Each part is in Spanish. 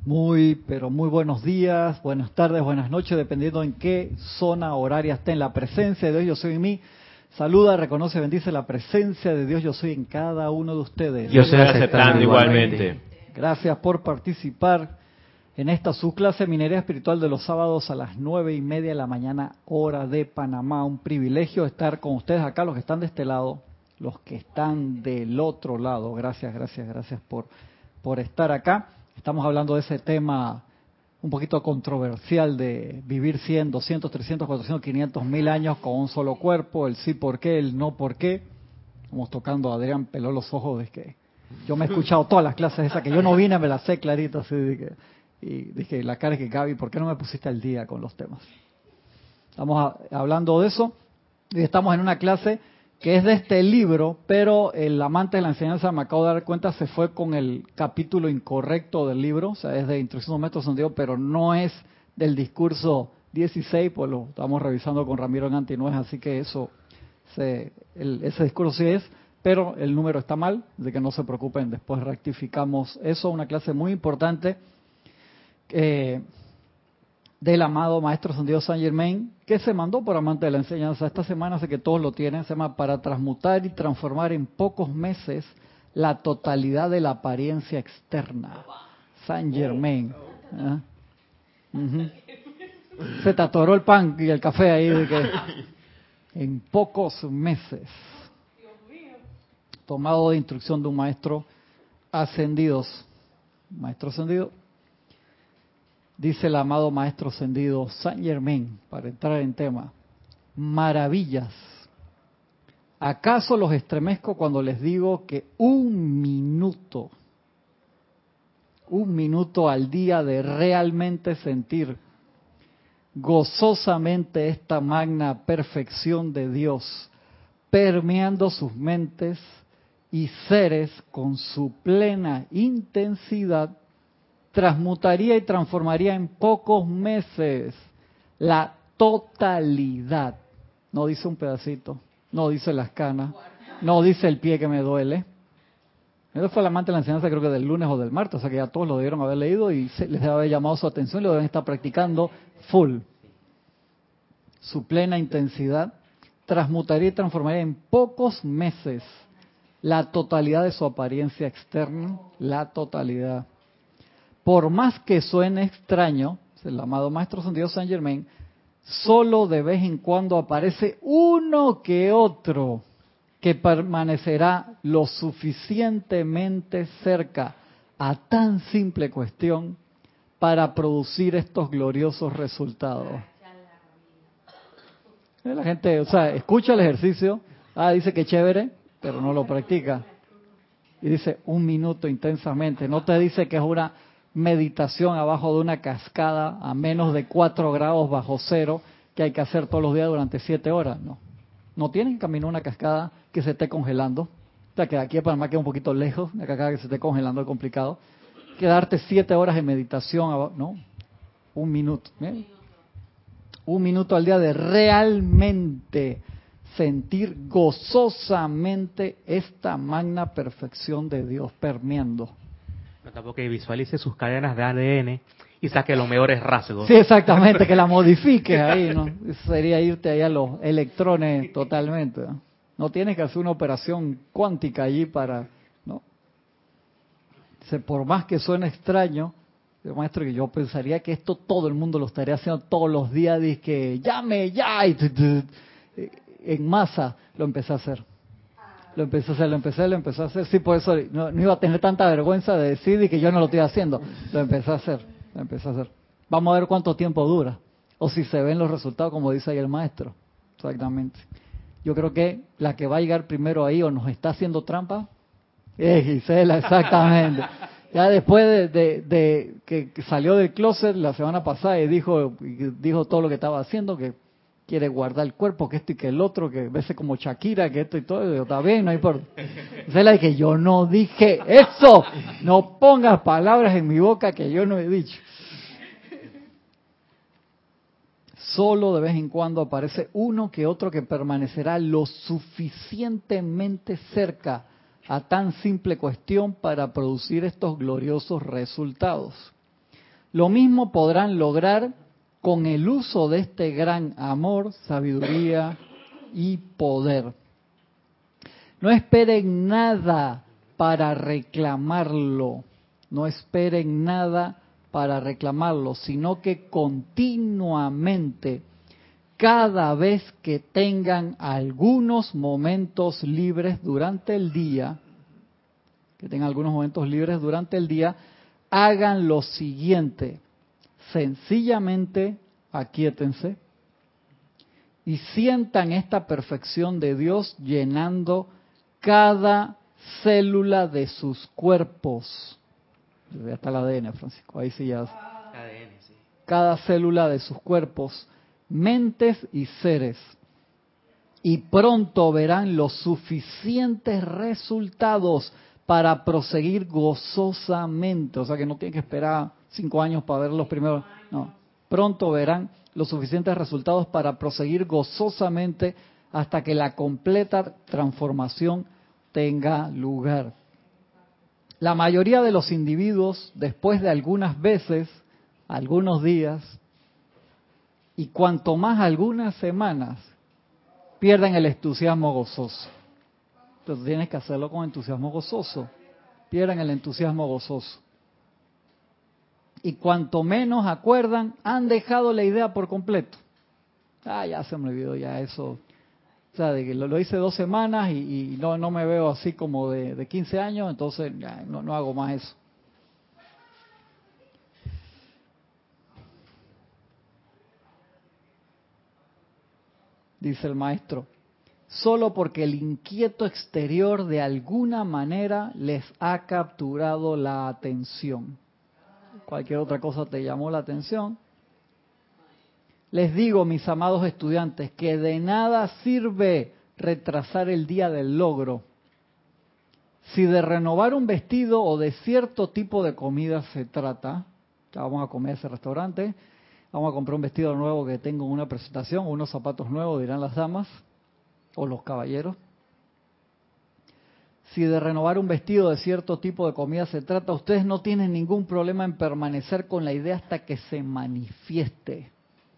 Muy, pero muy buenos días, buenas tardes, buenas noches, dependiendo en qué zona horaria esté en la presencia de Dios Yo Soy en mí. Saluda, reconoce, bendice la presencia de Dios Yo Soy en cada uno de ustedes. Yo estoy aceptando igualmente. Gracias por participar en esta subclase Minería Espiritual de los sábados a las 9:30 de la mañana, hora de Panamá. Un privilegio estar con ustedes acá, los que están de este lado, los que están del otro lado. Gracias por estar acá. Estamos hablando de ese tema un poquito controversial de vivir 100, 200, 300, 400, 500, 1000 años con un solo cuerpo, el sí por qué, el no por qué. Estamos tocando, Adrián peló los ojos de que yo me he escuchado todas las clases esas que yo no vine, me las sé clarito, así de que, y dije, la cara es que Gaby, ¿por qué no me pusiste al día con los temas? Estamos hablando de eso y estamos en una clase que es de este libro, pero el amante de la enseñanza, me acabo de dar cuenta, se fue con el capítulo incorrecto del libro, o sea, es de Instrucción de Maestro Ascendido, pero no es del discurso 16, pues lo estamos revisando con Ramiro Ganti, no es así que eso, ese discurso sí es, pero el número está mal, de que no se preocupen, después rectificamos eso, una clase muy importante del amado Maestro Ascendido Saint Germain, que se mandó por amante de la enseñanza. Esta semana sé que todos lo tienen, se llama Para transmutar y transformar en pocos meses la totalidad de la apariencia externa. Saint Germain. ¿Ah? Se te atoró el pan y el café ahí de que en pocos meses. Tomado de instrucción de un maestro ascendido. Maestro ascendido. Dice el amado Maestro Ascendido Saint Germain, para entrar en tema, maravillas. ¿Acaso los estremezco cuando les digo que un minuto al día de realmente sentir gozosamente esta magna perfección de Dios, permeando sus mentes y seres con su plena intensidad, transmutaría y transformaría en pocos meses la totalidad? No dice un pedacito, no dice las canas, no dice el pie que me duele. Eso fue el amante de la enseñanza, creo que del lunes o del martes, o sea que ya todos lo debieron haber leído y les debe haber llamado su atención y lo deben estar practicando full. Su plena intensidad transmutaría y transformaría en pocos meses la totalidad de su apariencia externa, la totalidad. Por más que suene extraño, el amado Maestro Ascendido Saint Germain, solo de vez en cuando aparece uno que otro que permanecerá lo suficientemente cerca a tan simple cuestión para producir estos gloriosos resultados. La gente, o sea, escucha el ejercicio, dice que chévere, pero no lo practica. Y dice 1 minuto intensamente, no te dice que es una meditación abajo de una cascada a menos de 4 grados bajo cero que hay que hacer todos los días durante 7 horas. No tienen que caminar una cascada que se esté congelando. O sea, que aquí a Panamá queda un poquito lejos, una cascada que se esté congelando es complicado. Quedarte 7 horas en meditación, no, 1 minuto. ¿Bien? 1 minuto al día de realmente sentir gozosamente esta magna perfección de Dios permeando. No, tampoco que visualice sus cadenas de ADN y saque los mejores rasgos. Sí, exactamente, que la modifiques ahí, ¿no? Eso sería irte ahí a los electrones totalmente, ¿no? No tienes que hacer una operación cuántica allí para, ¿no? Dice, por más que suene extraño, maestro, que yo pensaría que esto todo el mundo lo estaría haciendo todos los días, dice que llame ya, y en masa lo empecé a hacer. Lo empecé a hacer. Sí, por eso no iba a tener tanta vergüenza de decir y que yo no lo estoy haciendo. Lo empecé a hacer. Vamos a ver cuánto tiempo dura. O si se ven los resultados, como dice ahí el maestro. Exactamente. Yo creo que la que va a llegar primero ahí o nos está haciendo trampa es Gisela, exactamente. Ya después de que salió del closet la semana pasada y dijo todo lo que estaba haciendo, que quiere guardar el cuerpo, que esto y que el otro, que veces como Shakira, que esto y todo, y está bien, no importa. Gisela dice que yo no dije eso, no pongas palabras en mi boca que yo no he dicho. Solo de vez en cuando aparece uno que otro que permanecerá lo suficientemente cerca a tan simple cuestión para producir estos gloriosos resultados. Lo mismo podrán lograr con el uso de este gran amor, sabiduría y poder. No esperen nada para reclamarlo, no esperen nada para reclamarlo, sino que continuamente, cada vez que tengan algunos momentos libres durante el día, hagan lo siguiente: sencillamente aquíétense y sientan esta perfección de Dios llenando cada célula de sus cuerpos. Ya está el ADN, Francisco, ahí sí ya. ADN, sí. Cada célula de sus cuerpos, mentes y seres. Y pronto verán los suficientes resultados para proseguir gozosamente. O sea que no tienen que esperar 5 años para ver los primeros. No, pronto verán los suficientes resultados para proseguir gozosamente hasta que la completa transformación tenga lugar. La mayoría de los individuos, después de algunas veces, algunos días, y cuanto más algunas semanas, pierden el entusiasmo gozoso. Entonces tienes que hacerlo con entusiasmo gozoso. Pierden el entusiasmo gozoso. Y cuanto menos acuerdan, han dejado la idea por completo. Ya se me olvidó ya eso. O sea, de que lo hice 2 semanas y no me veo así como de 15 años, entonces ya, no hago más eso. Dice el maestro, solo porque el inquieto exterior de alguna manera les ha capturado la atención. Cualquier otra cosa te llamó la atención. Les digo, mis amados estudiantes, que de nada sirve retrasar el día del logro. Si de renovar un vestido o de cierto tipo de comida se trata, ya vamos a comer a ese restaurante, vamos a comprar un vestido nuevo que tenga una presentación, unos zapatos nuevos, dirán las damas o los caballeros. Si de renovar un vestido de cierto tipo de comida se trata, ustedes no tienen ningún problema en permanecer con la idea hasta que se manifieste.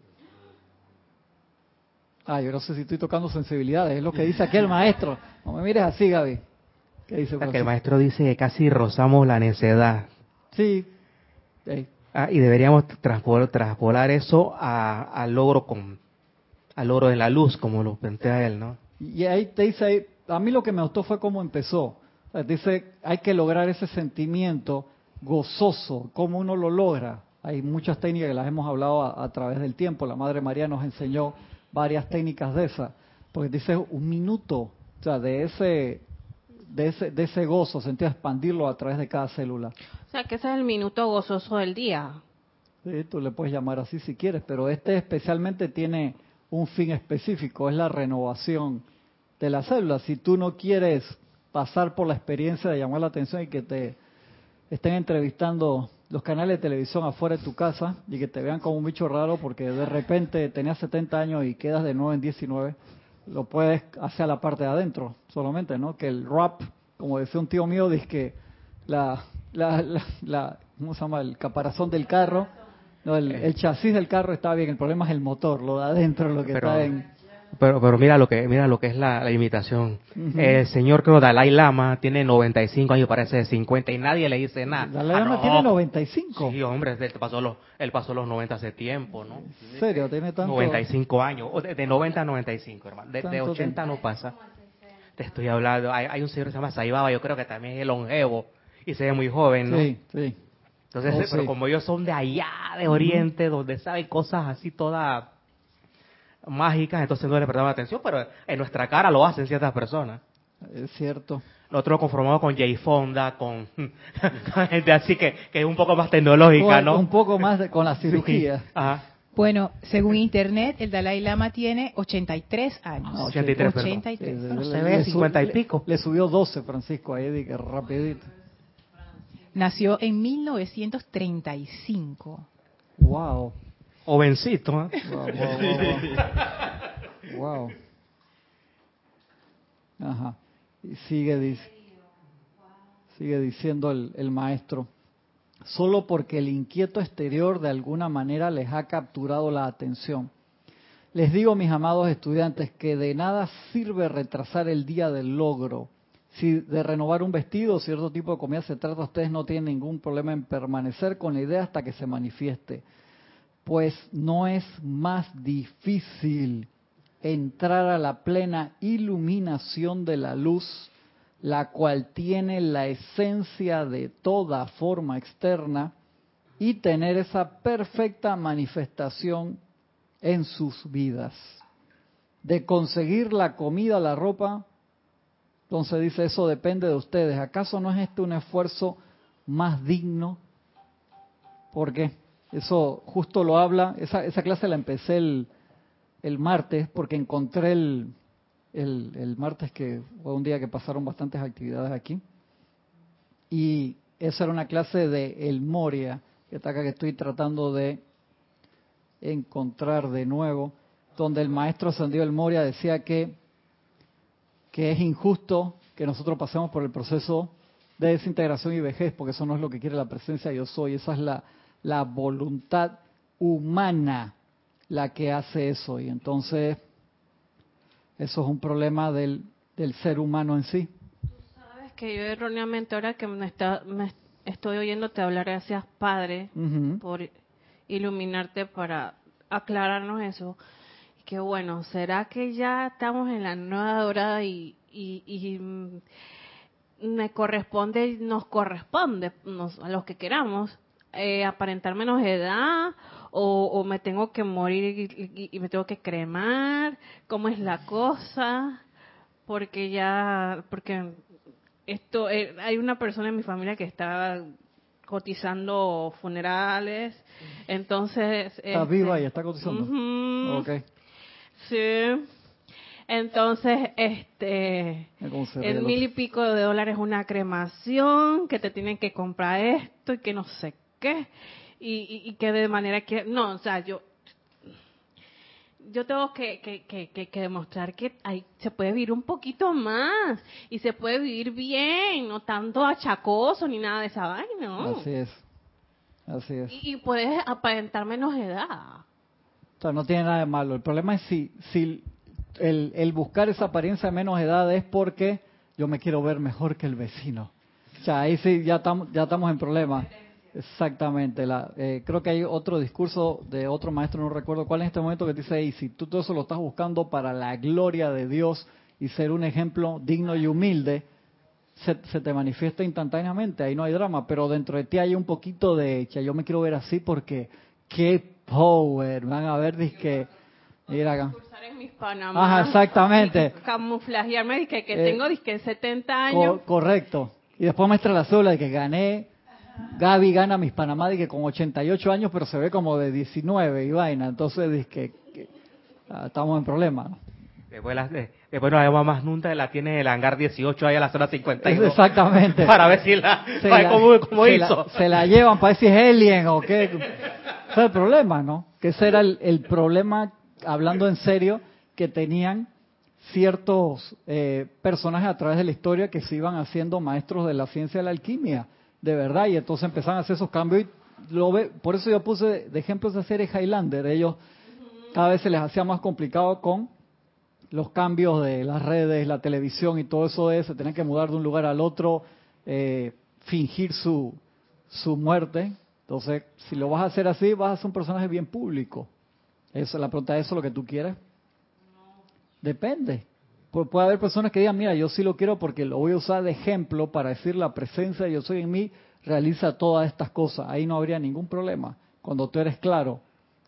Yo no sé si estoy tocando sensibilidades, es lo que dice aquí el maestro. No me mires así, Gaby. ¿Qué dice? O sea, que el maestro dice que casi rozamos la necedad. Sí. Y deberíamos traspolar eso al logro de la luz, como lo plantea él, ¿no? Y ahí te dice, a mí lo que me gustó fue cómo empezó. Dice, hay que lograr ese sentimiento gozoso. ¿Cómo uno lo logra? Hay muchas técnicas que las hemos hablado a través del tiempo. La Madre María nos enseñó varias técnicas de esas. Porque dice 1 minuto, o sea, de ese gozo, sentido expandirlo a través de cada célula. O sea, que ese es el minuto gozoso del día. Sí, tú le puedes llamar así si quieres, pero este especialmente tiene un fin específico, es la renovación de las células. Si tú no quieres pasar por la experiencia de llamar la atención y que te estén entrevistando los canales de televisión afuera de tu casa y que te vean como un bicho raro porque de repente tenías 70 años y quedas de nuevo en 19, lo puedes hacer a la parte de adentro solamente, ¿no? Que el wrap, como decía un tío mío, dice que ¿cómo se llama? El caparazón del carro, no, el chasis del carro está bien, el problema es el motor, lo de adentro, lo que está en... Pero mira lo que es la imitación. Uh-huh. El señor, creo, Dalai Lama tiene 95 años, parece de 50 y nadie le dice nada. ¿Dalai Lama tiene 95? Sí, hombre, él pasó los 90 hace tiempo, ¿no? ¿En serio? ¿Tiene tanto? 95 años, de 90 a 95, hermano. De 80 no pasa. Te estoy hablando, hay un señor que se llama Sai Baba, yo creo que también es longevo y se ve muy joven, ¿no? Sí. Entonces, pero como ellos son de allá, de Oriente, donde saben cosas así todas mágicas, entonces no le prestamos atención, pero en nuestra cara lo hacen ciertas personas. Es cierto. Nosotros lo conformamos con Jay Fonda, con gente así que es un poco más tecnológica, ¿no? Un poco más con la cirugía. Sí. Ajá. Bueno, según internet, el Dalai Lama tiene 83 años. No, 83, 83. perdón. Bueno, se ve 50 y pico. Le subió 12, Francisco, ahí, que rapidito. Nació en 1935. Wow. Jovencito, ¿eh? Wow. Ajá. Y sigue diciendo el maestro. solo porque el inquieto exterior de alguna manera les ha capturado la atención. Les digo, mis amados estudiantes, que de nada sirve retrasar el día del logro. Si de renovar un vestido o cierto tipo de comida se trata, ustedes no tienen ningún problema en permanecer con la idea hasta que se manifieste. Pues no es más difícil entrar a la plena iluminación de la luz, la cual tiene la esencia de toda forma externa, y tener esa perfecta manifestación en sus vidas. De conseguir la comida, la ropa, entonces dice, eso depende de ustedes. ¿Acaso no es este un esfuerzo más digno? ¿Por qué? Eso justo lo habla, esa clase la empecé el martes, porque encontré el martes, que fue un día que pasaron bastantes actividades aquí, y esa era una clase de El Moria, que está acá, que estoy tratando de encontrar de nuevo, donde el maestro ascendido El Moria decía que es injusto que nosotros pasemos por el proceso de desintegración y vejez, porque eso no es lo que quiere la presencia yo soy, esa es la voluntad humana la que hace eso, y entonces eso es un problema del ser humano en sí. Sabes que yo erróneamente, ahora que me estoy oyéndote hablar, gracias Padre por iluminarte para aclararnos eso. Que bueno, ¿será que ya estamos en la nueva dorada y nos corresponde a los que queramos aparentar menos edad, o me tengo que morir y me tengo que cremar? ¿Cómo es la cosa? Porque esto hay una persona en mi familia que está cotizando funerales, entonces ¿Está viva y está cotizando? Okay. Sí. Entonces, en 1,000 y pico de dólares una cremación, que te tienen que comprar esto y que no sé qué, y que de manera que, no, o sea, yo tengo que demostrar que se puede vivir un poquito más, y se puede vivir bien, no tanto achacoso ni nada de esa vaina, ¿no? Así es. Y puedes aparentar menos edad. O sea, no tiene nada de malo. El problema es si el buscar esa apariencia de menos edad es porque yo me quiero ver mejor que el vecino. O sea, ahí sí ya estamos en problemas. Exactamente. Creo que hay otro discurso de otro maestro, no recuerdo cuál en este momento, que dice, y si tú todo eso lo estás buscando para la gloria de Dios y ser un ejemplo digno y humilde, se te manifiesta instantáneamente, ahí no hay drama, pero dentro de ti hay un poquito de, que yo me quiero ver así porque qué power, van a ver, dizque, mira acá. En mis Panamá, Ajá, exactamente. Camuflajearme, que tengo 70 años. Correcto. Y después muestra la cédula de que Gaby gana Miss Panamá, de que con 88 años, pero se ve como de 19 y vaina. Entonces, dice que estamos en problemas, ¿no? Después no la llama más nunca, la tiene en el hangar 18 ahí a la zona 52. Exactamente. Para ver si cómo hizo. Se la llevan para ver si es alien o qué. Ese es el problema, ¿no? Que ese era el problema, hablando en serio, que tenían ciertos personajes a través de la historia que se iban haciendo maestros de la ciencia de la alquimia, de verdad, y entonces empezaron a hacer esos cambios. Por eso yo puse de ejemplos de serie Highlander. Ellos cada vez se les hacía más complicado con los cambios de las redes, la televisión y todo eso, se tenían que mudar de un lugar al otro, fingir su muerte. Entonces, si lo vas a hacer así, vas a ser un personaje bien público. La pregunta es, ¿eso es lo que tú quieres? Depende. Puede haber personas que digan, mira, yo sí lo quiero porque lo voy a usar de ejemplo para decir la presencia de yo soy en mí, realiza todas estas cosas. Ahí no habría ningún problema, cuando tú eres claro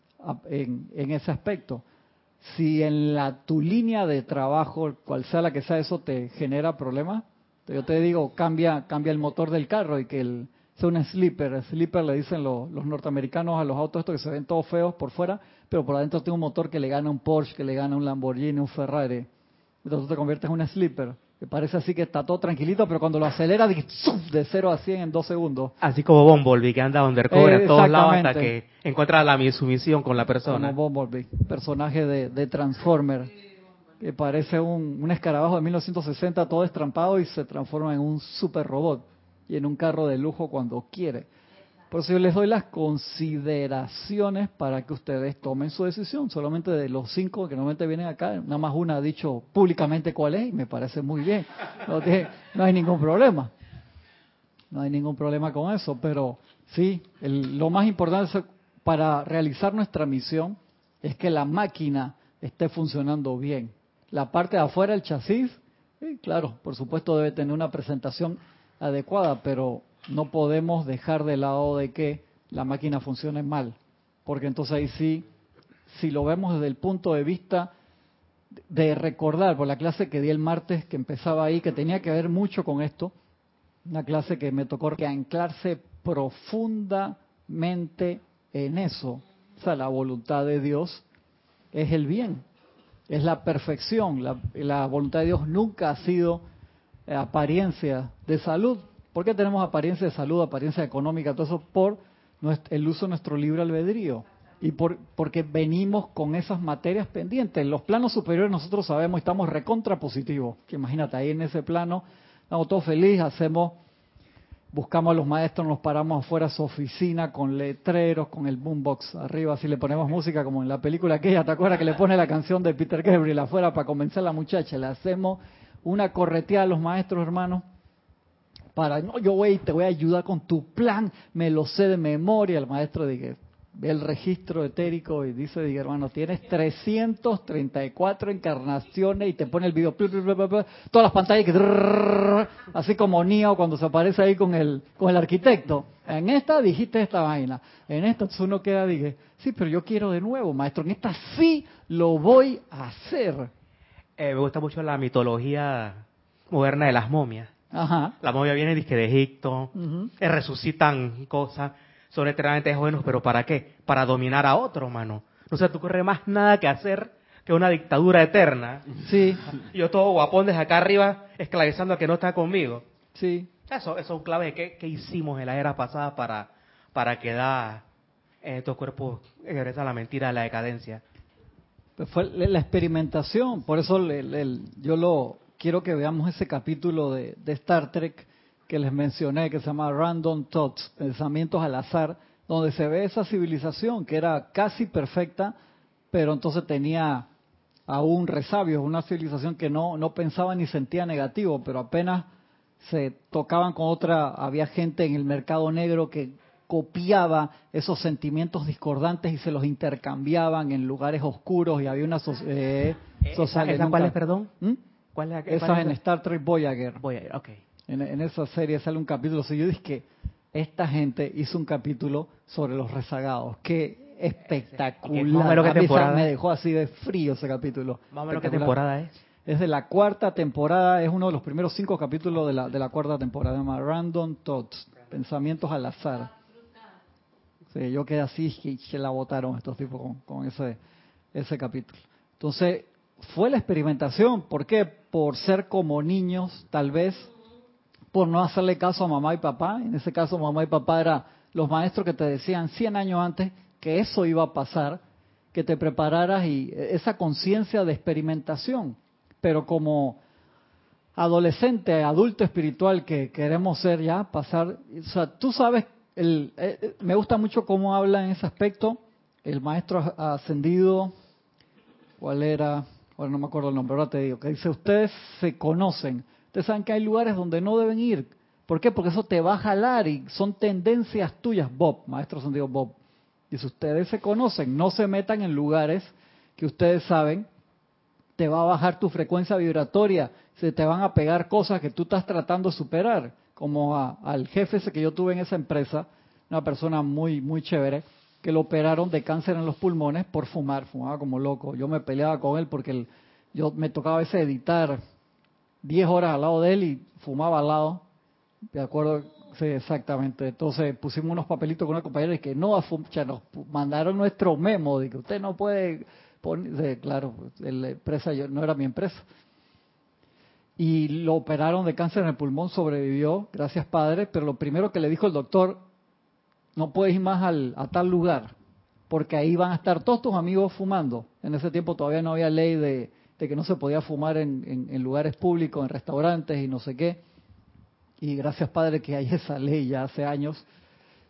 en ese aspecto. Si en tu línea de trabajo, cual sea la que sea, eso te genera problemas, yo te digo, cambia el motor del carro y que sea un sleeper. El sleeper le dicen los norteamericanos a los autos estos que se ven todos feos por fuera, pero por adentro tiene un motor que le gana un Porsche, que le gana un Lamborghini, un Ferrari. Entonces te conviertes en un sleeper, que parece así que está todo tranquilito, pero cuando lo aceleras de 0 a 100 en 2 segundos. Así como Bumblebee, que anda undercover en todos lados hasta que encuentra su misión con la persona. Como Bumblebee, personaje de Transformer, que parece un escarabajo de 1960 todo estrampado y se transforma en un super robot y en un carro de lujo cuando quiere. Por eso yo les doy las consideraciones para que ustedes tomen su decisión. Solamente de los 5 que normalmente vienen acá, nada más una ha dicho públicamente cuál es y me parece muy bien. No hay ningún problema. No hay ningún problema con eso, pero sí, lo más importante para realizar nuestra misión es que la máquina esté funcionando bien. La parte de afuera, el chasis, claro, por supuesto debe tener una presentación adecuada, pero no podemos dejar de lado de que la máquina funcione mal, porque entonces ahí sí, si lo vemos desde el punto de vista de recordar, por la clase que di el martes, que empezaba ahí, que tenía que ver mucho con esto, una clase que me tocó que anclarse profundamente en eso, o sea, la voluntad de Dios es el bien, es la perfección, la voluntad de Dios nunca ha sido apariencia de salud. ¿Por qué tenemos apariencia de salud, apariencia económica, todo eso? Por el uso de nuestro libre albedrío y porque venimos con esas materias pendientes. En los planos superiores nosotros sabemos, estamos recontrapositivos, que imagínate, ahí en ese plano estamos todos felices, buscamos a los maestros, nos paramos afuera de su oficina con letreros, con el boombox arriba, así le ponemos música como en la película aquella, ¿te acuerdas que le pone la canción de Peter Gabriel afuera para convencer a la muchacha? Le hacemos una correteada a los maestros, hermanos, no, te voy a ayudar con tu plan, me lo sé de memoria. El maestro ve el registro etérico y dice, hermano, tienes 334 encarnaciones y te pone el video, todas las pantallas que así como Neo cuando se aparece ahí con el arquitecto. En esta dijiste esta vaina, en esta uno queda, sí, pero yo quiero de nuevo, maestro, en esta sí lo voy a hacer. Me gusta mucho la mitología moderna de las momias. Ajá. La momia viene de Egipto, resucitan cosas, son eternamente buenos, pero ¿para qué? Para dominar a otro, mano. No se te ocurre más nada que hacer que una dictadura eterna. Sí. Yo todo guapón desde acá arriba, esclavizando a que no está conmigo. Sí. Eso es un clave de qué hicimos en la era pasada para quedar en estos cuerpos que regresan la mentira de la decadencia. Pues fue la experimentación, por eso quiero que veamos ese capítulo de Star Trek que les mencioné, que se llama Random Thoughts, pensamientos al azar, donde se ve esa civilización que era casi perfecta, pero entonces tenía aún resabios, una civilización que no pensaba ni sentía negativo, pero apenas se tocaban con otra, había gente en el mercado negro que copiaba esos sentimientos discordantes y se los intercambiaban en lugares oscuros y había una sociedad. ¿Esa cuál es, perdón? Esa es en Star Trek Voyager. Voyager, ok. En esa serie sale un capítulo. Si yo dije que esta gente hizo un capítulo sobre los rezagados. ¡Qué espectacular! ¿Qué temporada? Me dejó así de frío ese capítulo. Más o menos, ¿qué temporada es? Es de la 4ª temporada, es uno de los primeros 5 capítulos de la 4ª temporada. Se llama Random Thoughts, pensamientos al azar. Sí, yo quedé así y se la botaron estos tipos con ese capítulo. Entonces, fue la experimentación. ¿Por qué? Por ser como niños, tal vez, por no hacerle caso a mamá y papá. En ese caso, mamá y papá eran los maestros que te decían 100 años antes que eso iba a pasar, que te prepararas y esa conciencia de experimentación. Pero como adolescente, adulto espiritual que queremos ser ya, pasar, o sea, tú sabes, me gusta mucho cómo habla en ese aspecto el maestro ascendido, ¿cuál era? Ahora no me acuerdo el nombre, ahora te digo, que dice, ustedes se conocen, ustedes saben que hay lugares donde no deben ir. ¿Por qué? Porque eso te va a jalar y son tendencias tuyas, Bob, maestro ascendido Bob. Dice, ustedes se conocen, no se metan en lugares que ustedes saben te va a bajar tu frecuencia vibratoria, se te van a pegar cosas que tú estás tratando de superar, como al jefe ese que yo tuve en esa empresa, una persona muy muy chévere, que lo operaron de cáncer en los pulmones por fumaba como loco. Yo me peleaba con él porque yo me tocaba a veces editar 10 horas al lado de él y fumaba al lado, de acuerdo, sí, exactamente. Entonces pusimos unos papelitos con una compañera y que nos mandaron nuestro memo de que usted no puede claro, la empresa no era mi empresa. Y lo operaron de cáncer en el pulmón, sobrevivió, gracias padre, pero lo primero que le dijo el doctor, no puedes ir más a tal lugar, porque ahí van a estar todos tus amigos fumando. En ese tiempo todavía no había ley de que no se podía fumar en lugares públicos, en restaurantes y no sé qué. Y gracias padre que hay esa ley ya hace años.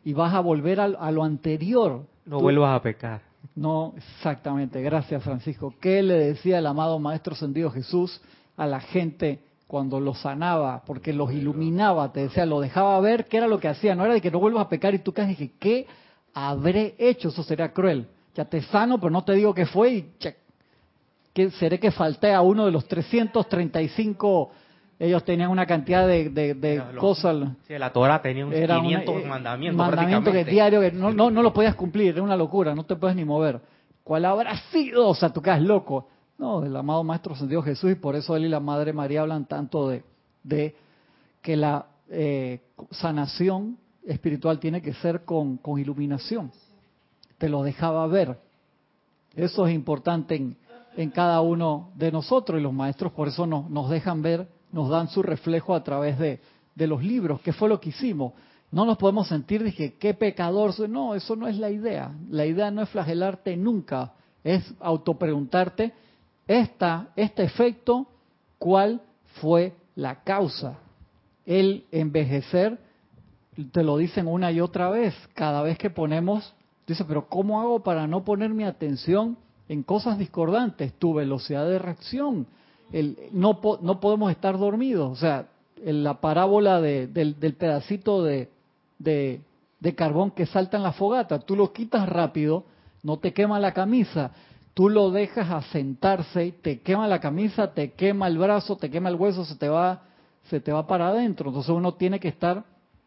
y vas a volver a lo anterior. No vuelvas a pecar. No, exactamente. Gracias, Francisco. ¿Qué le decía el amado Maestro Ascendido Jesús a la gente cuando los sanaba? Porque los iluminaba, te decía, lo dejaba ver qué era lo que hacía. No era de que no vuelvas a pecar y tú casi dije, ¿qué habré hecho? Eso sería cruel. Ya te sano, pero no te digo qué fue y check. ¿Qué seré que falté a uno de los 335? Ellos tenían una cantidad de cosas. Sí, la Torah tenía unos 500 mandamientos prácticamente. Que diario que no lo podías cumplir, era una locura, no te puedes ni mover. ¿Cuál habrá sido? O sea, tú quedas loco. No, el amado Maestro Ascendido Jesús, y por eso él y la Madre María hablan tanto de que la sanación espiritual tiene que ser con iluminación. Te lo dejaba ver. Eso es importante en cada uno de nosotros, y los maestros por eso nos dejan ver, nos dan su reflejo a través de los libros, que fue lo que hicimos. No nos podemos sentir, dije, qué pecador soy. No, eso no es la idea. La idea no es flagelarte nunca, es autopreguntarte, este efecto, ¿cuál fue la causa? El envejecer, te lo dicen una y otra vez, cada vez que ponemos, dice, pero ¿cómo hago para no poner mi atención en cosas discordantes? Tu velocidad de reacción. No podemos estar dormidos. O sea, la parábola del pedacito de carbón que salta en la fogata, tú lo quitas rápido, no te quema la camisa. Tú lo dejas asentarse y te quema la camisa, te quema el brazo, te quema el hueso, se te va para adentro. Entonces uno tiene que estar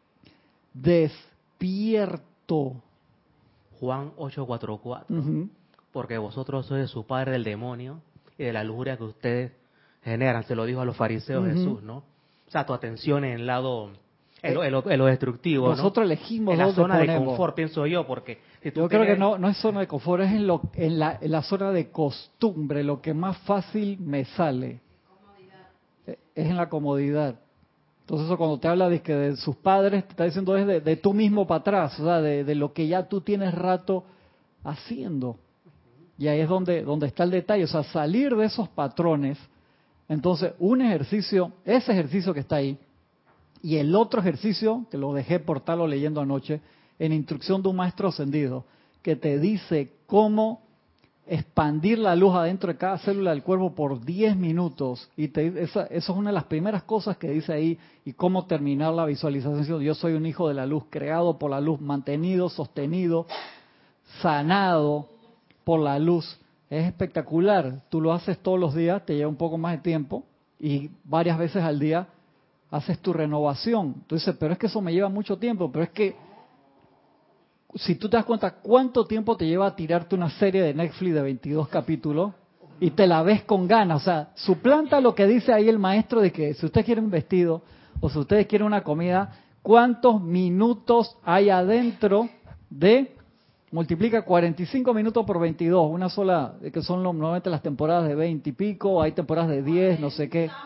despierto. Juan 8:44. Porque vosotros sois su padre el demonio y de la lujuria que ustedes generan. Se lo dijo a los fariseos Jesús, ¿no? O sea, tu atención en el lado, en lo destructivo, nosotros ¿no? elegimos en la zona ponemos. de confort, pienso yo, porque si tú yo creo que no es zona de confort, es en la zona de costumbre, lo que más fácil me sale. Es en la comodidad. Entonces eso cuando te habla de sus padres, te está diciendo es de tú mismo para atrás, o sea, de lo que ya tú tienes rato haciendo. Y ahí es donde está el detalle, o sea, salir de esos patrones. Entonces, ese ejercicio que está ahí, y el otro ejercicio, que lo dejé por estarlo leyendo anoche, en Instrucción de un Maestro Ascendido, que te dice cómo expandir la luz adentro de cada célula del cuerpo por 10 minutos. Y eso es una de las primeras cosas que dice ahí, y cómo terminar la visualización. Yo soy un hijo de la luz, creado por la luz, mantenido, sostenido, sanado por la luz. Es espectacular. Tú lo haces todos los días, te lleva un poco más de tiempo y varias veces al día haces tu renovación. Tú dices, pero es que eso me lleva mucho tiempo. Pero es que si tú te das cuenta cuánto tiempo te lleva a tirarte una serie de Netflix de 22 capítulos y te la ves con ganas. O sea, suplanta lo que dice ahí el maestro de que si usted quiere un vestido o si ustedes quieren una comida, ¿cuántos minutos hay adentro de... Multiplica 45 minutos por 22, una sola, que son normalmente las temporadas de 20 y pico, hay temporadas de 10, no sé qué.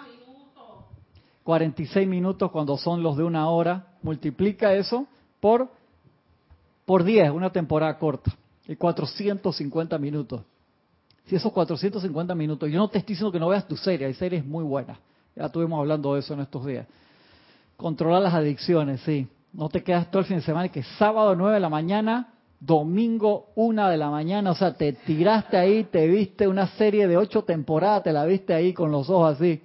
46 minutos cuando son los de una hora. Multiplica eso por 10, una temporada corta. Y 450 minutos. Si esos 450 minutos, yo no te estoy diciendo que no veas tu serie, hay series muy buenas. Ya estuvimos hablando de eso en estos días. Controlar las adicciones, sí. No te quedas todo el fin de semana y que sábado 9 de la mañana... Domingo 1 de la mañana, o sea, te tiraste ahí, te viste una serie de 8 temporadas, te la viste ahí con los ojos así.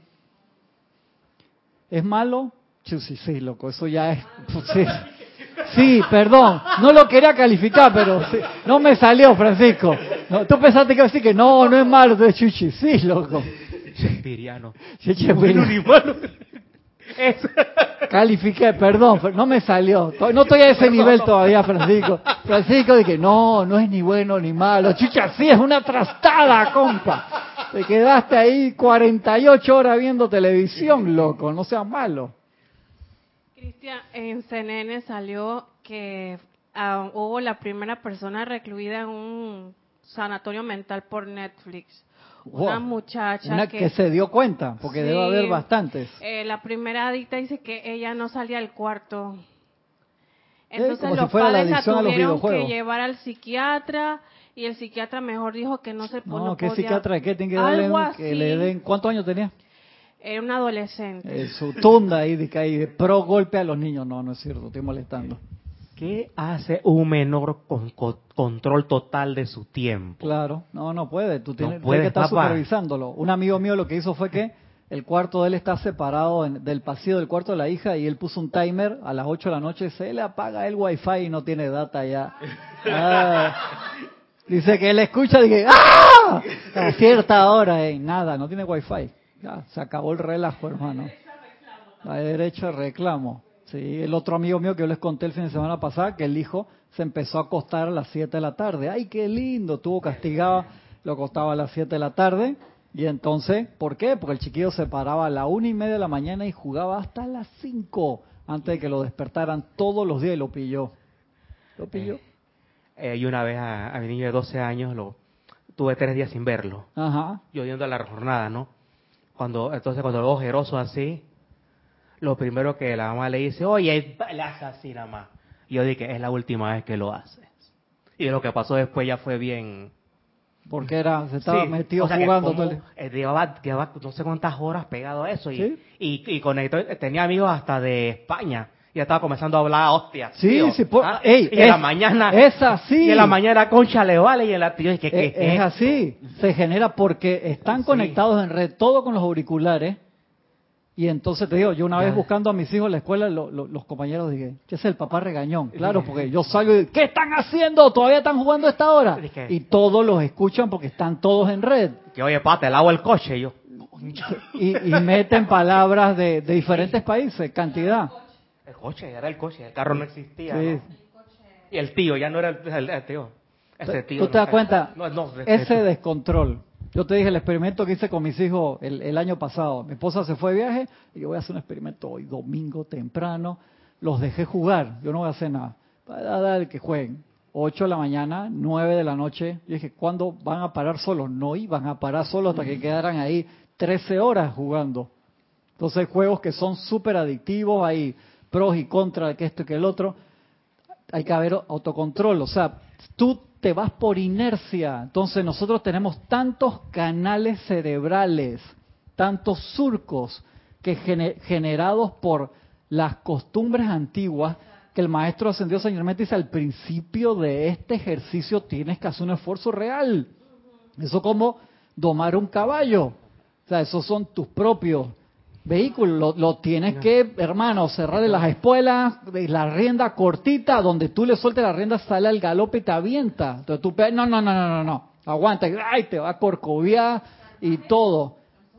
¿Es malo? Sí, loco, eso ya es... Sí, perdón, no lo quería calificar, pero sí, no me salió, Francisco. No, tú pensaste que iba a decir que no es malo, tú chuchi, sí, loco. Shakespeareano. Bueno ni malo. Califiqué, perdón, no me salió. No estoy a ese nivel todavía, Francisco. Francisco dije, no es ni bueno ni malo. Chucha, sí, es una trastada, compa. Te quedaste ahí 48 horas viendo televisión, loco, no seas malo. Cristian, en CNN salió que hubo la primera persona recluida en un sanatorio mental por Netflix. Wow. Una muchacha que se dio cuenta, porque sí, debe haber bastantes. La primera adicta dice que ella no salía del cuarto. Entonces como los si fuera padres la adicción a los tuvieron videojuegos. que llevar al psiquiatra y el psiquiatra mejor dijo que no se podía. No, ¿qué psiquiatra? ¿Qué tiene que darle? Que le den, ¿cuántos años tenía? Era un adolescente. Su tunda ahí de pro golpe a los niños. No es cierto, estoy molestando. ¿Qué hace un menor con control total de su tiempo? Claro, no puede. Tú tienes, No puedes, que estar papá. supervisándolo. Un amigo mío lo que hizo fue que el cuarto de él está separado del pasillo del cuarto de la hija y él puso un timer a las 8 de la noche. Se le apaga el wifi y no tiene data ya. Dice que él escucha y dice, ¡ah! A cierta hora, nada, no tiene wifi. Ya, se acabó el relajo, hermano. Hay derecho a reclamo. Sí, el otro amigo mío que yo les conté el fin de semana pasado, que el hijo se empezó a acostar a las 7 de la tarde. ¡Ay, qué lindo! Tuvo castigado, lo acostaba a las 7 de la tarde. Y entonces, ¿por qué? Porque el chiquillo se paraba a la 1:30 de la mañana y jugaba hasta las 5 antes de que lo despertaran todos los días y lo pilló. ¿Lo pilló? Y una vez a mi niño de 12 años tuve 3 días sin verlo. Ajá. Yo yendo a la jornada, ¿no? Entonces cuando lo veo ojeroso así, lo primero que la mamá le dice, oye, le hace así nada más. Y yo dije, es la última vez que lo haces. Y lo que pasó después ya fue bien... Porque se estaba Sí, metido o sea, jugando que como, todo el... llevaba no sé cuántas horas pegado a eso. ¿Sí? Y conectó, tenía amigos hasta de España. Y ya estaba comenzando a hablar hostia. Sí, tío, sí, ¿ah? ey, y en la mañana... Es así. Y en la mañana Concha le vale y en la... Tío, Es así. Se genera porque están Sí. conectados en red, todo con los auriculares. Y entonces te digo, yo una vez buscando a mis hijos en la escuela, los compañeros dije, ¿qué es el papá regañón? Claro, porque yo salgo y digo, ¿qué están haciendo? ¿Todavía están jugando a esta hora? Y todos los escuchan porque están todos en red. Que oye, pa, te lavo el coche. Y yo... Y meten palabras de diferentes países, cantidad. El coche, era el coche, el carro no existía. Sí. ¿No? Y el tío, ya no era el tío. Ese tío. ¿Tú te das cuenta? No, Ese descontrol. Yo te dije el experimento que hice con mis hijos el año pasado. Mi esposa se fue de viaje y yo voy a hacer un experimento hoy, domingo temprano. Los dejé jugar, yo no voy a hacer nada. Para dar que jueguen. 8 de la mañana, 9 de la noche. Yo dije, ¿cuándo van a parar solos? No iban a parar solos hasta que quedaran ahí 13 horas jugando. Entonces, juegos que son súper adictivos, hay pros y contras, que esto y que el otro. Hay que haber autocontrol, o sea, tú te vas por inercia. Entonces nosotros tenemos tantos canales cerebrales, tantos surcos que generados por las costumbres antiguas, que el maestro ascendido Señor Mestre dice, al principio de este ejercicio tienes que hacer un esfuerzo real. Eso como domar un caballo. O sea, esos son tus propios vehículo, lo tienes que, hermano, cerrarle las espuelas, la rienda cortita, donde tú le sueltes la rienda, sale al galope y te avienta. Entonces tú, no, aguanta, ay, te va a corcoviar y todo.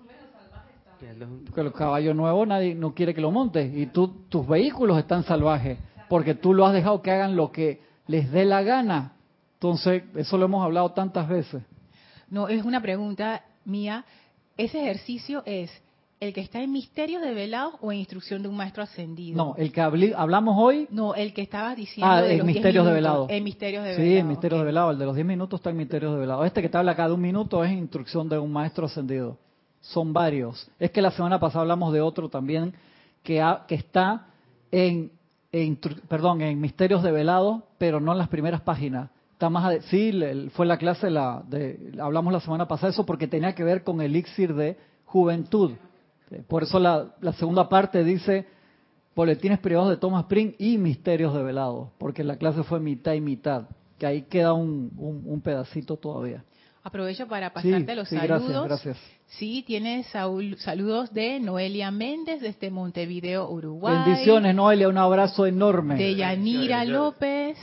Porque los caballos nuevos nadie no quiere que lo montes y tus vehículos están salvajes, porque tú lo has dejado que hagan lo que les dé la gana. Entonces, eso lo hemos hablado tantas veces. No, es una pregunta mía. ¿Ese ejercicio es el que está en Misterios Develados o en Instrucción de un Maestro Ascendido? No, el que hablamos hoy... No, el que estabas diciendo de los Misterios 10 Develados. En Misterios Develados. Sí, en Misterios Develados. El de los 10 minutos está en Misterios Develados. Este que te habla cada 1 minuto es Instrucción de un Maestro Ascendido. Son varios. Es que la semana pasada hablamos de otro también que está en Misterios Develados, pero no en las primeras páginas. Está más fue la clase hablamos la semana pasada eso porque tenía que ver con el elixir de juventud. Por eso la segunda parte dice boletines privados de Thomas Prince y misterios develados, porque la clase fue mitad y mitad, que ahí queda un pedacito todavía. Aprovecho para pasarte los saludos. Gracias. Sí, tienes saludos de Noelia Méndez desde Montevideo, Uruguay. Bendiciones, Noelia, un abrazo enorme. De Yanira López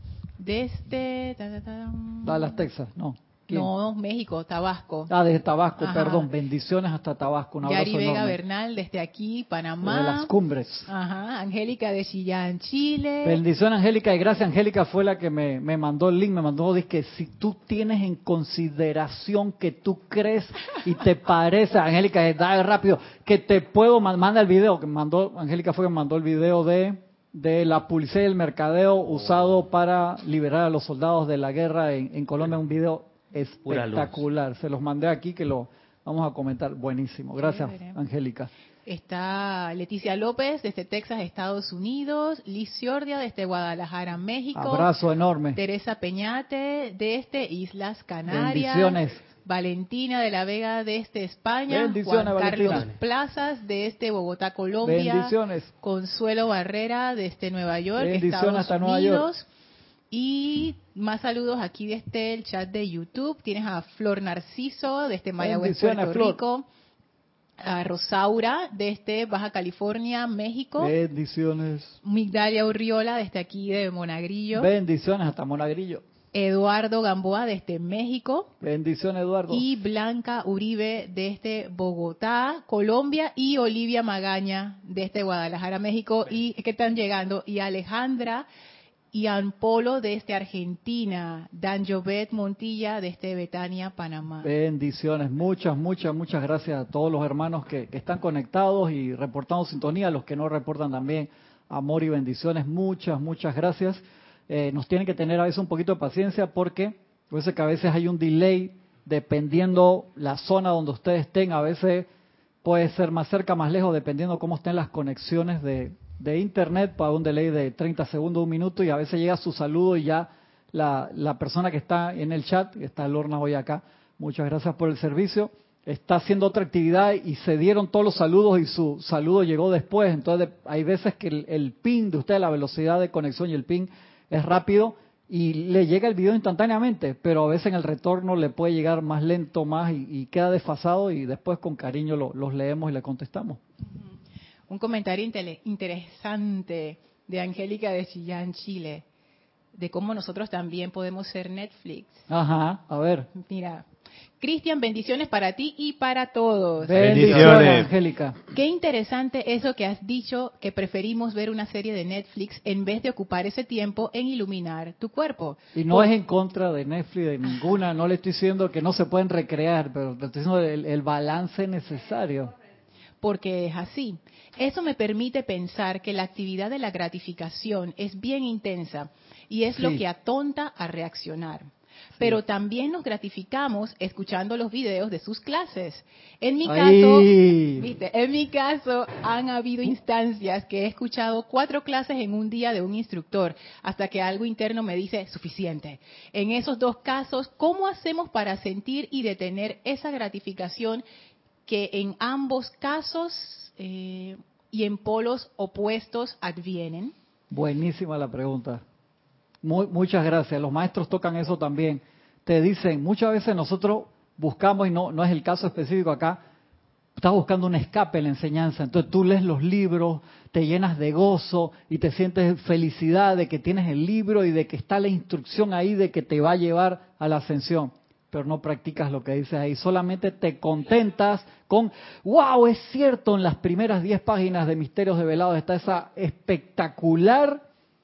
desde Dallas, Texas, no. ¿Quién? No, México, Tabasco. Desde Tabasco, Ajá. Perdón. Bendiciones hasta Tabasco. Un abrazo Yari Vega enorme. Bernal desde aquí, Panamá. De las cumbres. Ajá. Angélica de Chillán, Chile. Bendición, Angélica, y gracias. Angélica fue la que me mandó el link, me mandó, dice que si tú tienes en consideración que tú crees y te parece, Angélica, da rápido, que te puedo, manda el video, que mandó, Angélica fue que me mandó el video de la publicidad y el mercadeo usado para liberar a los soldados de la guerra en Colombia, un video espectacular. Se los mandé aquí que lo vamos a comentar. Buenísimo. Gracias, Angélica. Está Leticia López desde Texas, Estados Unidos. Liz Ciordia desde Guadalajara, México. Abrazo enorme. Teresa Peñate desde Islas Canarias. Bendiciones. Valentina de la Vega desde España. Bendiciones, Juan Carlos Valentina. Plazas desde Bogotá, Colombia. Bendiciones. Consuelo Barrera desde Nueva York, Bendiciones Estados hasta Nueva York. Unidos. Y más saludos aquí desde el chat de YouTube. Tienes a Flor Narciso desde Mayagüez, Bendiciones, Puerto Flor. Rico. A Rosaura desde Baja California, México. Bendiciones. Migdalia Urriola desde aquí de Monagrillo. Bendiciones hasta Monagrillo. Eduardo Gamboa desde México. Bendiciones, Eduardo. Y Blanca Uribe desde Bogotá, Colombia. Y Olivia Magaña desde Guadalajara, México. Y que están llegando. Y Alejandra Ian Polo desde Argentina. Dan Jovet Montilla desde Betania, Panamá. Bendiciones, muchas, muchas, muchas gracias a todos los hermanos que están conectados y reportando sintonía, a los que no reportan también amor y bendiciones, muchas, muchas gracias. Nos tienen que tener a veces un poquito de paciencia porque parece que a veces hay un delay dependiendo la zona donde ustedes estén, a veces puede ser más cerca, más lejos, dependiendo cómo estén las conexiones de internet, para un delay de 30 segundos, un minuto, y a veces llega su saludo y ya la persona que está en el chat, que está Lorna hoy acá, muchas gracias por el servicio, está haciendo otra actividad y se dieron todos los saludos y su saludo llegó después, entonces hay veces que el ping de usted, la velocidad de conexión y el ping es rápido y le llega el video instantáneamente, pero a veces en el retorno le puede llegar más lento, más y queda desfasado, y después con cariño los leemos y le contestamos. Un comentario interesante de Angélica de Chillán, Chile, de cómo nosotros también podemos ser Netflix. Ajá, a ver. Mira, Cristian, bendiciones para ti y para todos. Bendiciones, Angélica. Qué interesante eso que has dicho, que preferimos ver una serie de Netflix en vez de ocupar ese tiempo en iluminar tu cuerpo. Y no es en contra de Netflix, de ninguna, no le estoy diciendo que no se pueden recrear, pero le estoy diciendo el balance necesario. Porque es así. Eso me permite pensar que la actividad de la gratificación es bien intensa y es lo que atonta a reaccionar. Pero también nos gratificamos escuchando los videos de sus clases. En mi caso, en mi caso han habido instancias que he escuchado 4 clases en un día de un instructor hasta que algo interno me dice suficiente. En esos 2 casos, ¿cómo hacemos para sentir y detener esa gratificación que en ambos casos y en polos opuestos advienen? Buenísima la pregunta. Muchas gracias. Los maestros tocan eso también. Te dicen, muchas veces nosotros buscamos, y no es el caso específico acá, estás buscando un escape en la enseñanza. Entonces tú lees los libros, te llenas de gozo y te sientes felicidad de que tienes el libro y de que está la instrucción ahí de que te va a llevar a la ascensión. Pero no practicas lo que dices ahí, solamente te contentas con, wow, es cierto, en las primeras 10 páginas de Misterios Develados está esa espectacular